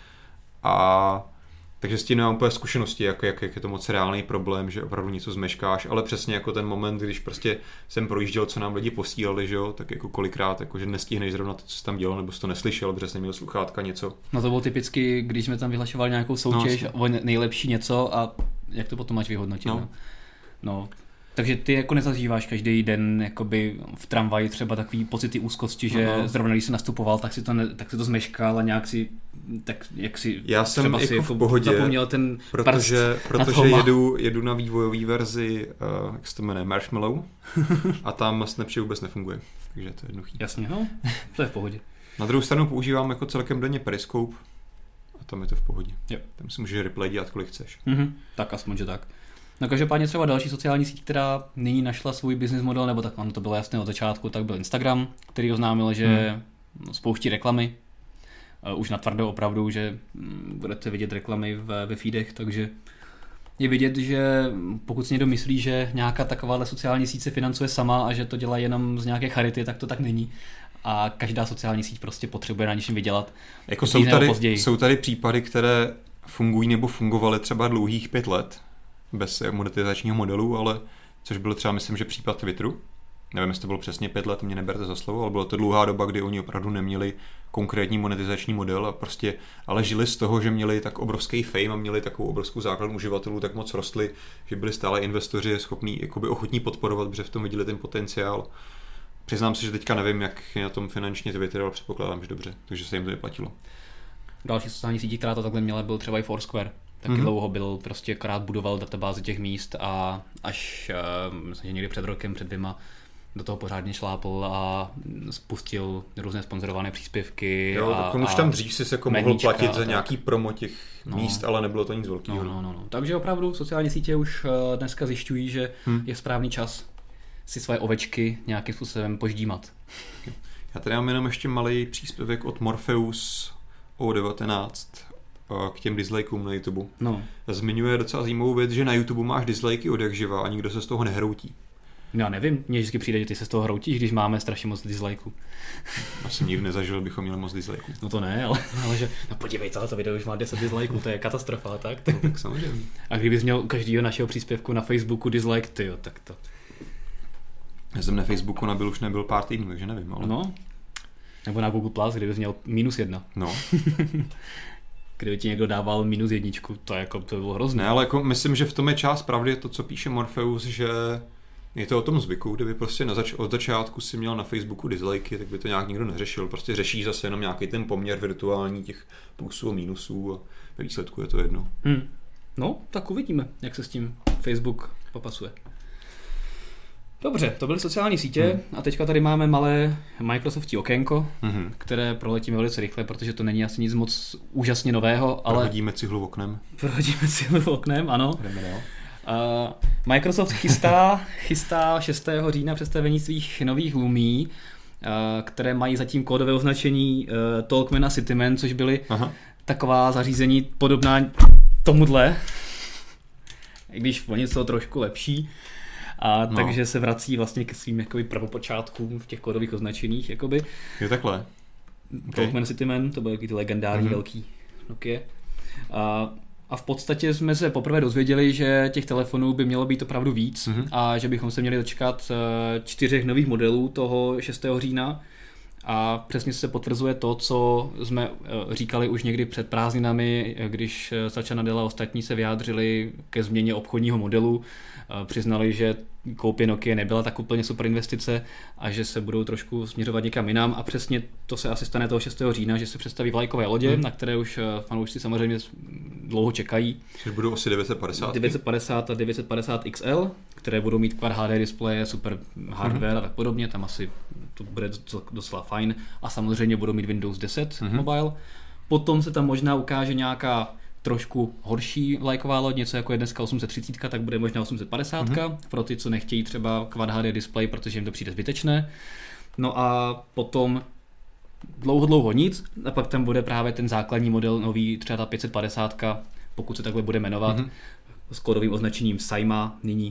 A takže s tím nemám úplně zkušenosti, jak, jak, jak je to moc reálný problém, že opravdu něco zmeškáš, ale přesně jako ten moment, když prostě jsem projížděl, co nám lidi posílali, že jo, tak jako kolikrát, jako, že nestihneš zrovna to, co jsi tam dělal, nebo jsi to neslyšel, protože jsi neměl sluchátka, něco. No to bylo typicky, když jsme tam vyhlašovali nějakou soutěž, no, o nejlepší něco a jak to potom máš vyhodnotit. No. No. No, takže ty jako nezažíváš každý den jakoby v tramvaji třeba takový pocity úzkosti, že uh-huh. zrovna když jsi nastupoval, tak si to, ne, tak si to zmeškal a nějak si, tak jak si já jsem třeba jako si v pohodě, zapomněl ten protože, protože jedu, jedu na vývojové verzi, uh, jak se to jmenuje, Marshmallow a tam Snapchat vůbec nefunguje, takže to je jednoduchý. Jasně, no, to je v pohodě. Na druhou stranu používám jako celkem denně Periscope a tam je to v pohodě. Jo. Tam si můžeš replay dělat, kolik chceš. Mm-hmm. Tak aspoň, že tak. No každopádně třeba další sociální síť, která nyní našla svůj business model, nebo tak vám to bylo jasné od začátku, tak byl Instagram, který oznámil, že hmm. spouští reklamy. Uh, už natvrdo opravdu, že um, budete vidět reklamy ve, ve feedech, takže je vidět, že pokud si někdo myslí, že nějaká takováhle sociální síť se financuje sama a že to dělá jenom z nějaké charity, tak to tak není. A každá sociální síť prostě potřebuje na něčem vydělat. Jako jsou tady, jsou tady případy, které fungují nebo fungovaly třeba dlouhých pět let bez monetizačního modelu, ale což byl třeba, myslím, že případ Twitteru. Nevím, jestli to bylo přesně pět let, mě neberte za slovo, ale bylo to dlouhá doba, kdy oni opravdu neměli konkrétní monetizační model a prostě, ale žili z toho, že měli tak obrovský fame a měli takovou obrovskou základnu uživatelů, tak moc rostli, že byli stále investoři schopní, jakoby ochotní podporovat, protože v tom viděli ten potenciál. Přiznám se, že teďka nevím, jak je na tom finančně Twitter, ale předpokládám, že dobře, takže se jim to vyplatilo. Další sociální sítí, která to takhle měla, byl třeba i Foursquare. Taky mm-hmm. dlouho byl, prostě krát budoval databázi těch míst a až uh, myslím, že někdy před rokem, před dvěma, do toho pořádně šlápl a spustil různé sponzorované příspěvky. Jo, a, už tam dřív si se jako mohl platit za nějaký promo těch no, míst, ale nebylo to nic velkého. No, no, no, no. Takže opravdu sociální sítě už dneska zjišťují, že hmm. je správný čas si své ovečky nějakým způsobem poždímat. Já tady mám jenom ještě malý příspěvek od Morpheus O devatenáct k těm dislikeům na YouTube. No. Zmiňuje docela zajímavou věc, že na YouTube máš dislikey od jak živa a nikdo se z toho nehroutí. Já nevím, mně vždycky přijde, že ty se z toho hroutíš, když máme strašně moc dislikeů. Já jsem nikdy nezažil, bychom měli moc dislikeů. No to ne, ale, ale že, no podívej, tohle video už má deset dislikeů, to je katastrofa, tak? No, tak samozřejmě. A kdybys měl u každého našeho příspěvku na Facebooku dislike, tyjo, tak to... Já jsem na Facebooku nabil, už nebyl pár týdnů, takže nevím, ale... No, nebo na Google Plus, kdybys měl minus jedna. No. Kdyby ti někdo dával minus jedničku, to, jako, to bylo hrozné. Ne, ale jako myslím, že v tom je část pravdy to, co píše Morpheus, že je to o tom zvyku, kdyby prostě na zač- od začátku si měl na Facebooku dislikey, tak by to nějak nikdo neřešil. Prostě řeší zase jenom nějaký ten poměr virtuální těch plusů a minusů a ve výsledku je to jedno. Hmm. No, tak uvidíme, jak se s tím Facebook popasuje. Dobře, to byly sociální sítě hmm. a teďka tady máme malé Microsoftí okénko, hmm. které proletíme velice rychle, protože to není asi nic moc úžasně nového, ale... Prohodíme cihlu oknem. Prohodíme cihlu oknem, ano. Uh, Microsoft chystá, chystá šestého října představení svých nových Lumii, uh, které mají zatím kódové označení uh, Talkman a Cityman, což byly Aha. taková zařízení podobná tomuhle, i když o něco trošku lepší. A no. Takže se vrací vlastně ke svým jakoby prvopočátkům v těch kódových označeních. Jakoby. Je takhle. Okay. Talkman Cityman, to byly ty legendární mm-hmm. velký Nokia. A, a v podstatě jsme se poprvé dozvěděli, že těch telefonů by mělo být opravdu víc mm-hmm. a že bychom se měli dočkat čtyřech nových modelů toho šestého října. A přesně se potvrzuje to, co jsme říkali už někdy před prázdninami, když Satya Nadella a ostatní se vyjádřili ke změně obchodního modelu. Přiznali, že koupě Nokia nebyla tak úplně super investice a že se budou trošku směřovat někam jinam a přesně to se asi stane toho šestého října, že se představí vlajkové lodě, hmm. na které už fanoušci samozřejmě dlouho čekají. Což budou asi devět set padesát. devět set padesát a devět set padesát X L, které budou mít Quad H D displeje, super hardware hmm. a tak podobně, tam asi to bude docela fajn a samozřejmě budou mít Windows deset hmm. mobile. Potom se tam možná ukáže nějaká trošku horší vlajková loď, něco jako je dneska osm set třicet, tak bude možná osm set padesát, mm-hmm. pro ty, co nechtějí třeba Quad H D display, protože jim to přijde zbytečné. No a potom dlouho, dlouho nic, a pak tam bude právě ten základní model nový, třeba ta pět set padesát, pokud se takhle bude jmenovat, mm-hmm. s kódovým označením Saima nyní,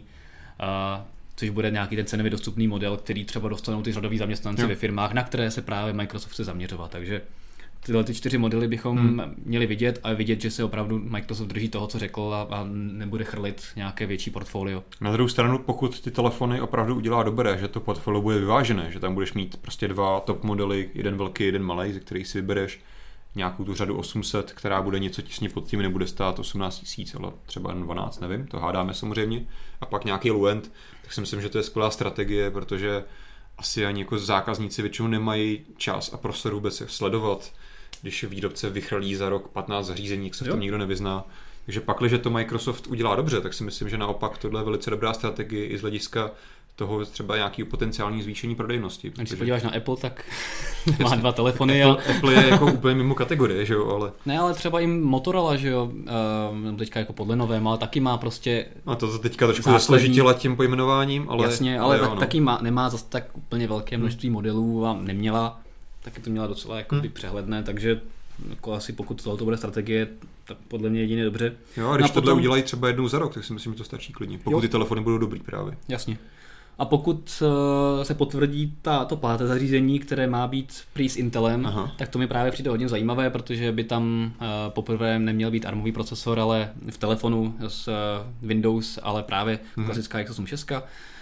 a, což bude nějaký ten cenově dostupný model, který třeba dostanou ty řadoví zaměstnanci jo. ve firmách, na které se právě Microsoft chce zaměřovat, takže tyhle ty čtyři modely bychom hmm. měli vidět a vidět, že se opravdu Microsoft drží toho, co řekl a, a nebude chrlit nějaké větší portfolio. Na druhou stranu, pokud ty telefony opravdu udělá dobré, že to portfolio bude vyvážené, že tam budeš mít prostě dva top modely, jeden velký, jeden malý, ze kterých si vybereš nějakou tu řadu osm set, která bude něco těsně pod tím, nebude stát osmnáct tisíc, ale třeba jen dvanáct, nevím, to hádáme samozřejmě. A pak nějaký Luent, tak si myslím, že to je skvělá strategie, protože asi ani jako zákazníci většinou nemají čas a prostor vůbec sledovat, když výrobce vychrlí za rok patnáct zařízení, jak se v tom nikdo nevyzná. Takže pakliže to Microsoft udělá dobře, tak si myslím, že naopak tohle je velice dobrá strategie i z hlediska toho třeba nějakého potenciální zvýšení prodejnosti. Když se podíváš na Apple, tak má dva telefony. Apple, a... Apple je jako úplně mimo kategorie, že jo, ale... Ne, ale třeba i Motorola, že jo, uh, teďka jako podle novém, ale taky má prostě... No to teďka trošku zasložitila tím pojmenováním, ale... Jasně, ale, ale tak, jo, no. taky má, nemá zase tak úplně velké množství hmm. modelů a neměla, taky to měla docela jakoby hmm. přehledné, takže jako asi pokud tohle to bude strategie, tak podle mě jedině dobře. Jo, a když no a tohle potom... udělají třeba jednou za rok, tak si myslím, že to stačí klidně, pokud jo. ty telefony budou dobrý právě. Jasně. A pokud uh, se potvrdí ta, to páté zařízení, které má být prý s Intelem, Aha. tak to mi právě přijde hodně zajímavé, protože by tam uh, poprvé neměl být armový procesor, ale v telefonu s uh, Windows, ale právě hmm. klasická x osm šest.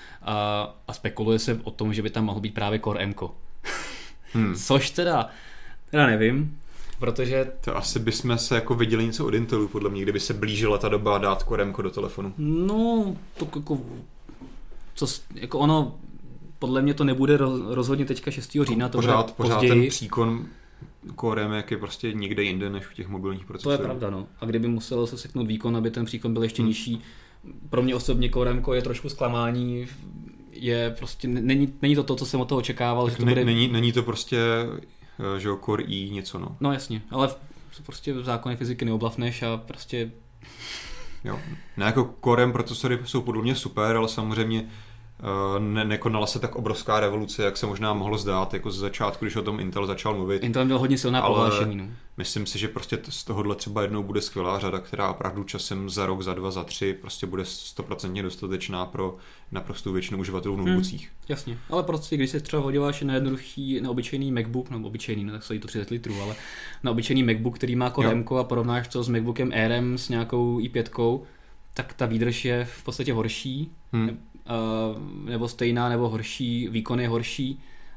A, a spekuluje se o tom, že by tam mohl být právě Core M. Hmm. Což teda, teda nevím, protože... To asi bychom se jako viděli něco od Intelu, podle mě, kdyby se blížila ta doba dát Core M do telefonu. No, to jako... Co, jako ono, podle mě to nebude rozhodně teďka šestého října, to pořád, bude pořád později. Ten příkon Core M je prostě někde jinde než u těch mobilních procesorů. To je pravda, no. A kdyby muselo se seknout výkon, aby ten příkon byl ještě hmm. nižší, pro mě osobně Core M je trošku zklamání, je prostě, není, není to to, co jsem od toho očekával. Že to ne, bude... není, není to prostě, že jo, Core i něco, no. No jasně, ale prostě v zákoně fyziky neoblavneš a prostě... Jo. Ne, jako Core M procesory jsou podle mě super, ale samozřejmě ne, nekonala se tak obrovská revoluce, jak se možná mohlo zdát, jako z začátku, když o tom Intel začal mluvit. Intel měl hodně silná prohlášení. No. Myslím si, že prostě z tohohle třeba jednou bude skvělá řada, která opravdu časem za rok, za dva, za tři prostě bude stoprocentně dostatečná pro naprostou většinu uživatelů v notebookích. Hmm, jasně, ale prostě když se třeba hodíváš na jednoduchý, na obyčejný MacBook, no obyčejný, no tak stojí to třicet litrů, ale na obyčejný MacBook, který má Core M a porovnáš to s MacBookem Airem s nějakou i pět, tak ta výdrž je v podstatě horší. Hmm. Uh, nebo stejná, nebo horší, výkon je horší.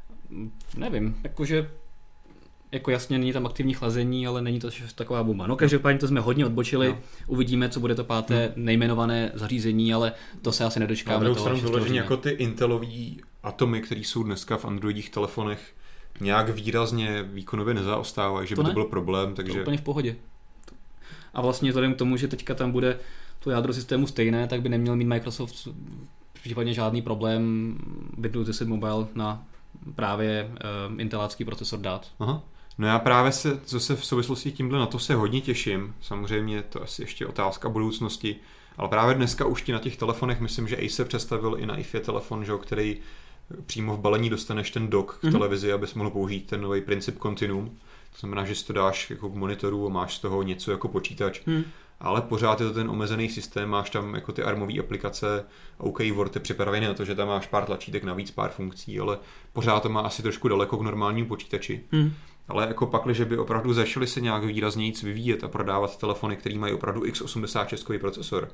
Nevím, jakože jako jasně není tam aktivní chlazení, ale není to taková bomba. No každopádně to jsme hodně odbočili, no. Uvidíme, co bude to páté hmm. nejmenované zařízení, ale to se asi nedočkáme. Na druhou stranu vyloženě jako ty Intelový atomy, které jsou dneska v Androidích telefonech, nějak výrazně výkonově nezaostávají, že by to, to byl problém. Takže... To úplně v pohodě. A vlastně vzhledem k tomu, že teďka tam bude to jádro systému stejné, tak by neměl mít Microsoft případně žádný problém Windows deset Mobile na právě uh, intelácký procesor dát. Aha. No já právě se, co se v souvislosti tímhle na to se hodně těším. Samozřejmě to asi ještě otázka budoucnosti, ale právě dneska už ti na těch telefonech, myslím, že Acer představil i na I F E telefon, že, který přímo v balení dostaneš ten dock k mm-hmm. televizi, abys mohl použít ten nový princip Continuum. To znamená, že si to dáš jako k monitoru a máš z toho něco jako počítač. Mm. Ale pořád je to ten omezený systém, máš tam jako ty armové aplikace, OK Word je připravený na to, že tam máš pár tlačítek navíc, pár funkcí, ale pořád to má asi trošku daleko k normálnímu počítači. Mm. Ale jako pakli, že by opravdu začali se nějak výrazněji vyvíjet a prodávat telefony, které mají opravdu x osmdesát šest procesor,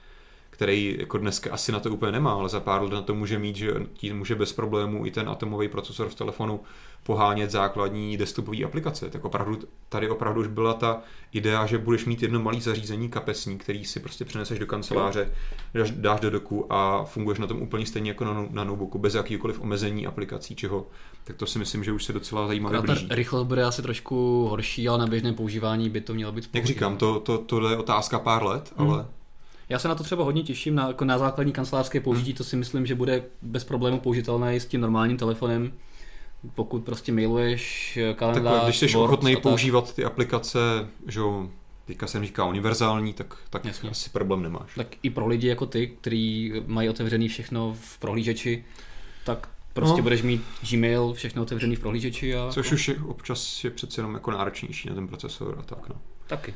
který jako dneska asi na to úplně nemá, ale za pár let na to může mít, že tím může bez problémů i ten atomový procesor v telefonu pohánět základní desktopové aplikace. Tak opravdu, tady opravdu už byla ta idea, že budeš mít jedno malé zařízení kapesní, který si prostě přeneseš do kanceláře, dáš, dáš do doku a funguješ na tom úplně stejně jako na, na notebooku, bez jakýkoliv omezení aplikací, čeho. Tak to si myslím, že už se docela zajímavě blíží. Rychlost bude asi trošku horší, ale na běžné používání by to mělo být Jak říkám, to, to, to je otázka pár let, hmm. ale... Já se na to třeba hodně těším, na, jako na základní kancelářské použití, hmm. to si myslím, že bude bez problému použitelné i s tím normálním telefonem. Pokud prostě mailuješ kalendář, tak když jsi ochotný používat ty aplikace, že teďka jsem říká univerzální, tak, tak asi problém nemáš. Tak i pro lidi jako ty, kteří mají otevřený všechno v prohlížeči, tak prostě no. budeš mít Gmail, všechno otevřený v prohlížeči. A což už je, občas je přece jenom jako náročnější na ten procesor a tak no. Taky.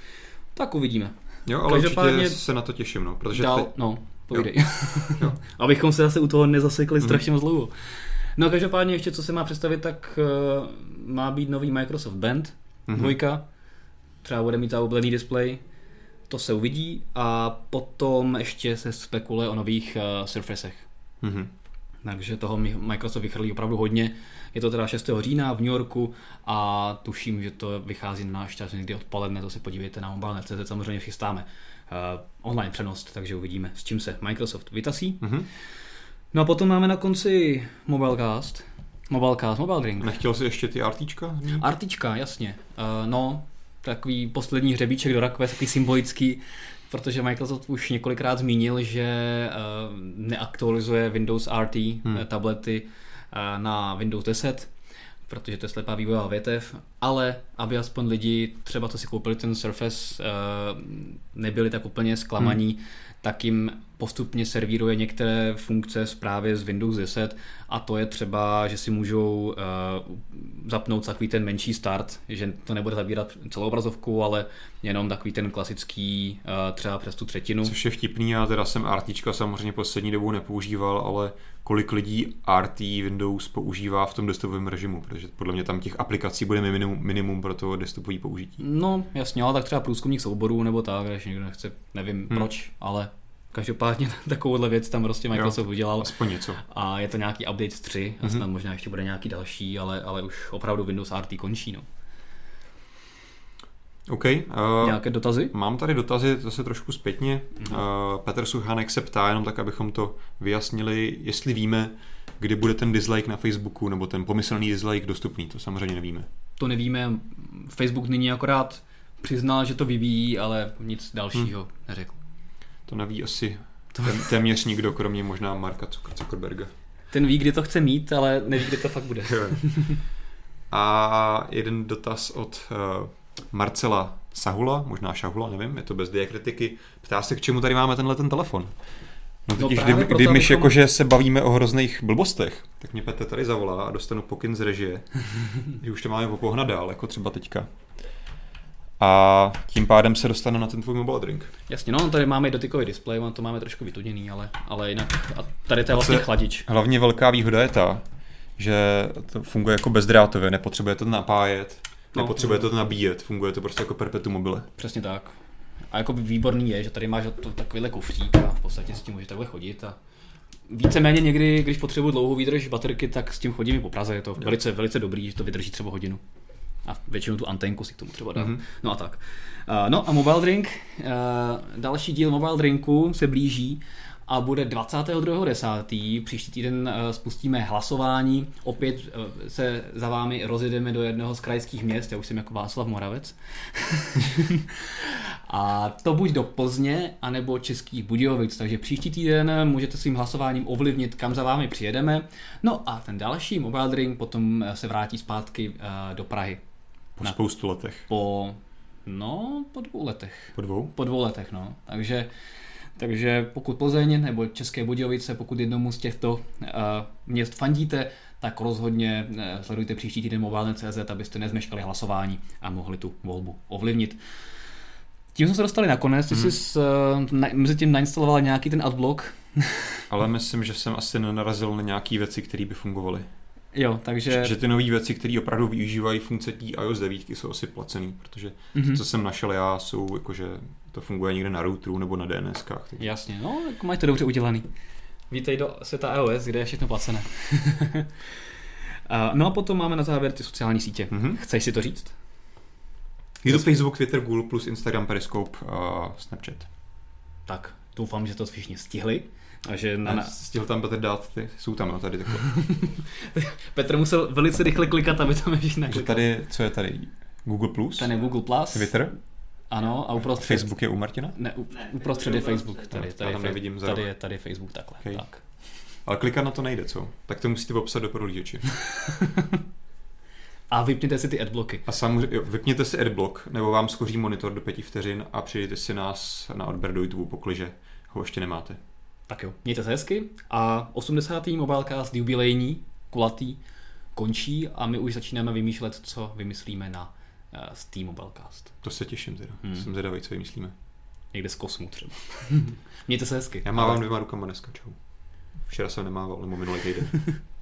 Tak uvidíme. Jo, ale Každopádně určitě se na to těším, no. Protože dál, teď... no, povídej. Jo. Jo. Abychom se zase u toho nezasekli strašně moc dlouho. No každopádně ještě, co se má představit, tak uh, má být nový Microsoft Band, mm-hmm. dvojka, třeba bude mít zaoblený displej, to se uvidí a potom ještě se spekuluje o nových uh, Surfacech. Mm-hmm. Takže toho Microsoft vychrlí opravdu hodně. Je to teda šestého října v New Yorku a tuším, že to vychází na náš čas někdy odpoledne, to se podívejte na mobile tečka cé zet, samozřejmě chystáme uh, online přenos, takže uvidíme, s čím se Microsoft vytasí. Mm-hmm. No a potom máme na konci Mobilecast. Mobilecast, Mobile Drink. Nechtěl jsi ještě ty RTčka? RTčka, jasně. Uh, no, takový poslední hřebíček do rakve, takový symbolický, protože Microsoft už několikrát zmínil, že uh, neaktualizuje Windows R T hmm. tablety uh, na Windows deset, protože to je slepá vývojová větev, ale aby aspoň lidi, třeba co si koupili ten Surface, uh, nebyli tak úplně zklamaní, hmm. tak jim postupně servíruje některé funkce právě z Windows deset a to je třeba, že si můžou uh, zapnout takový ten menší start, že to nebude zabírat celou obrazovku, ale jenom takový ten klasický uh, třeba přes tu třetinu. Což je vtipný, já teda jsem RTčka samozřejmě poslední dobou nepoužíval, ale kolik lidí R T Windows používá v tom desktopovém režimu, protože podle mě tam těch aplikací bude minimum, minimum pro to desktopové použití. No jasně, ale tak třeba průzkumník souborů nebo tak, když někdo nechce, nevím hmm. proč, ale každopádně takovouhle věc tam prostě Microsoft jo, udělal. Aspoň něco. A je to nějaký update tři, a snad mm-hmm. možná ještě bude nějaký další, ale, ale už opravdu Windows R T končí. No. OK. Uh, Nějaké dotazy? Mám tady dotazy zase trošku zpětně. Mm-hmm. Uh, Petr Suchanek se ptá, jenom tak, abychom to vyjasnili, jestli víme, kdy bude ten dislike na Facebooku, nebo ten pomyslný dislike dostupný. To samozřejmě nevíme. To nevíme. Facebook nyní akorát přiznal, že to vyvíjí, ale nic dalšího hmm. neřekl. To neví asi téměř nikdo, kromě možná Marka Zuckerberga. Ten ví, kdy to chce mít, ale neví, kdy to fakt bude. A jeden dotaz od uh, Marcela Sahula, možná Šahula, nevím, je to bez diakritiky. Ptá se, k čemu tady máme tenhle ten telefon. No totiž, no kdy, kdy myš abychom... jakože se bavíme o hrozných blbostech, tak mě Petr tady zavolá a dostanu pokyn z režie, že už to máme popohnat dál, jako třeba teďka. A tím pádem se dostane na ten tvůj mobile drink. Jasně, no, tady máme dotykový displej, on to máme trošku vytuděný, ale, ale jinak, a tady to je vlastně chladič. Hlavně velká výhoda je ta, že to funguje jako bezdrátově, nepotřebuje to napájet, no, nepotřebuje to nabíjet, funguje to prostě jako perpetuum mobile. Přesně tak. A jako výborný je, že tady máš to takovýhle kufřík a v podstatě s tím můžeš takhle chodit a víceméně někdy, když potřebuji dlouhou výdrž baterky, tak s tím chodím i po Praze, je to velice, velice dobrý, že to vydrží třeba hodinu. A většinou tu antenku si k tomu třeba dám. Mm-hmm. No a tak. Uh, no a Mobile Drink, uh, další díl Mobile Drinku se blíží a bude dvacátého druhého desátého Příští týden uh, spustíme hlasování. Opět uh, se za vámi rozjedeme do jednoho z krajských měst, já už jsem jako Václav Moravec. A to buď do Plzně, anebo Českých Budějovic. Takže příští týden můžete svým hlasováním ovlivnit, kam za vámi přijedeme. No a ten další Mobile Drink potom se vrátí zpátky uh, do Prahy. Po na, spoustu letech. Po, no, po dvou letech. Po dvou? Po dvou letech, no. Takže, takže pokud Plzeň nebo České Budějovice, pokud jednomu z těchto uh, měst fandíte, tak rozhodně uh, sledujte příští týden mobile tečka cé zet, abyste nezmeškali hlasování a mohli tu volbu ovlivnit. Tím jsme se dostali nakonec, ty hmm. jsi uh, na, mezi tím nainstaloval nějaký ten adblock. Ale myslím, že jsem asi nenarazil na nějaké věci, které by fungovaly. Jo, takže... Že ty nové věci, které opravdu využívají funkce té iOS devět, jsou asi placený, protože mm-hmm. to, co jsem našel já, jsou jakože to funguje někde na routeru nebo na DNSkách. Takže... Jasně, no, jako mají to dobře udělaný. Vítej do světa iOS, kde je všechno placené. No a potom máme na závěr ty sociální sítě. Mm-hmm. Chceš si to říct? Je to Facebook, Twitter, Google plus Instagram, Periscope a Snapchat. Tak, doufám, že to všichni stihli. A že na... Ne, stihl tam Petr dát, ty jsou tam, no, tady takhle. Petr musel velice rychle klikat, aby tam ještě naklikal. Tady, co je tady? Google plus? Ten je Google plus. Twitter? Ano, a uprostřed... Facebook je u Martina? Ne, uprostřed je Facebook. Tady, tady, tam nevidím tady, je, tady je Facebook takhle. Okay. Tak. Ale klikat na to nejde, co? Tak to musíte obsat do prohlížeči. A vypněte si ty adblocky. A samozřejmě, jo, vypněte si adblock, nebo vám skoří monitor do pěti vteřin a přijďte si nás na odběr do YouTube, pakliže ho ještě nemáte. Tak jo, mějte se hezky a osmdesátý Mobilecast jubilejní, kulatý, končí a my už začínáme vymýšlet, co vymyslíme na uh, Steam Mobilecast. To se těším teda, hmm. jsem zvědavý, co vymyslíme. Někde z kosmu třeba. Mějte se hezky. Já mávám dvěma rukama dneska, čau. Včera jsem nemával, nebo minulý týden.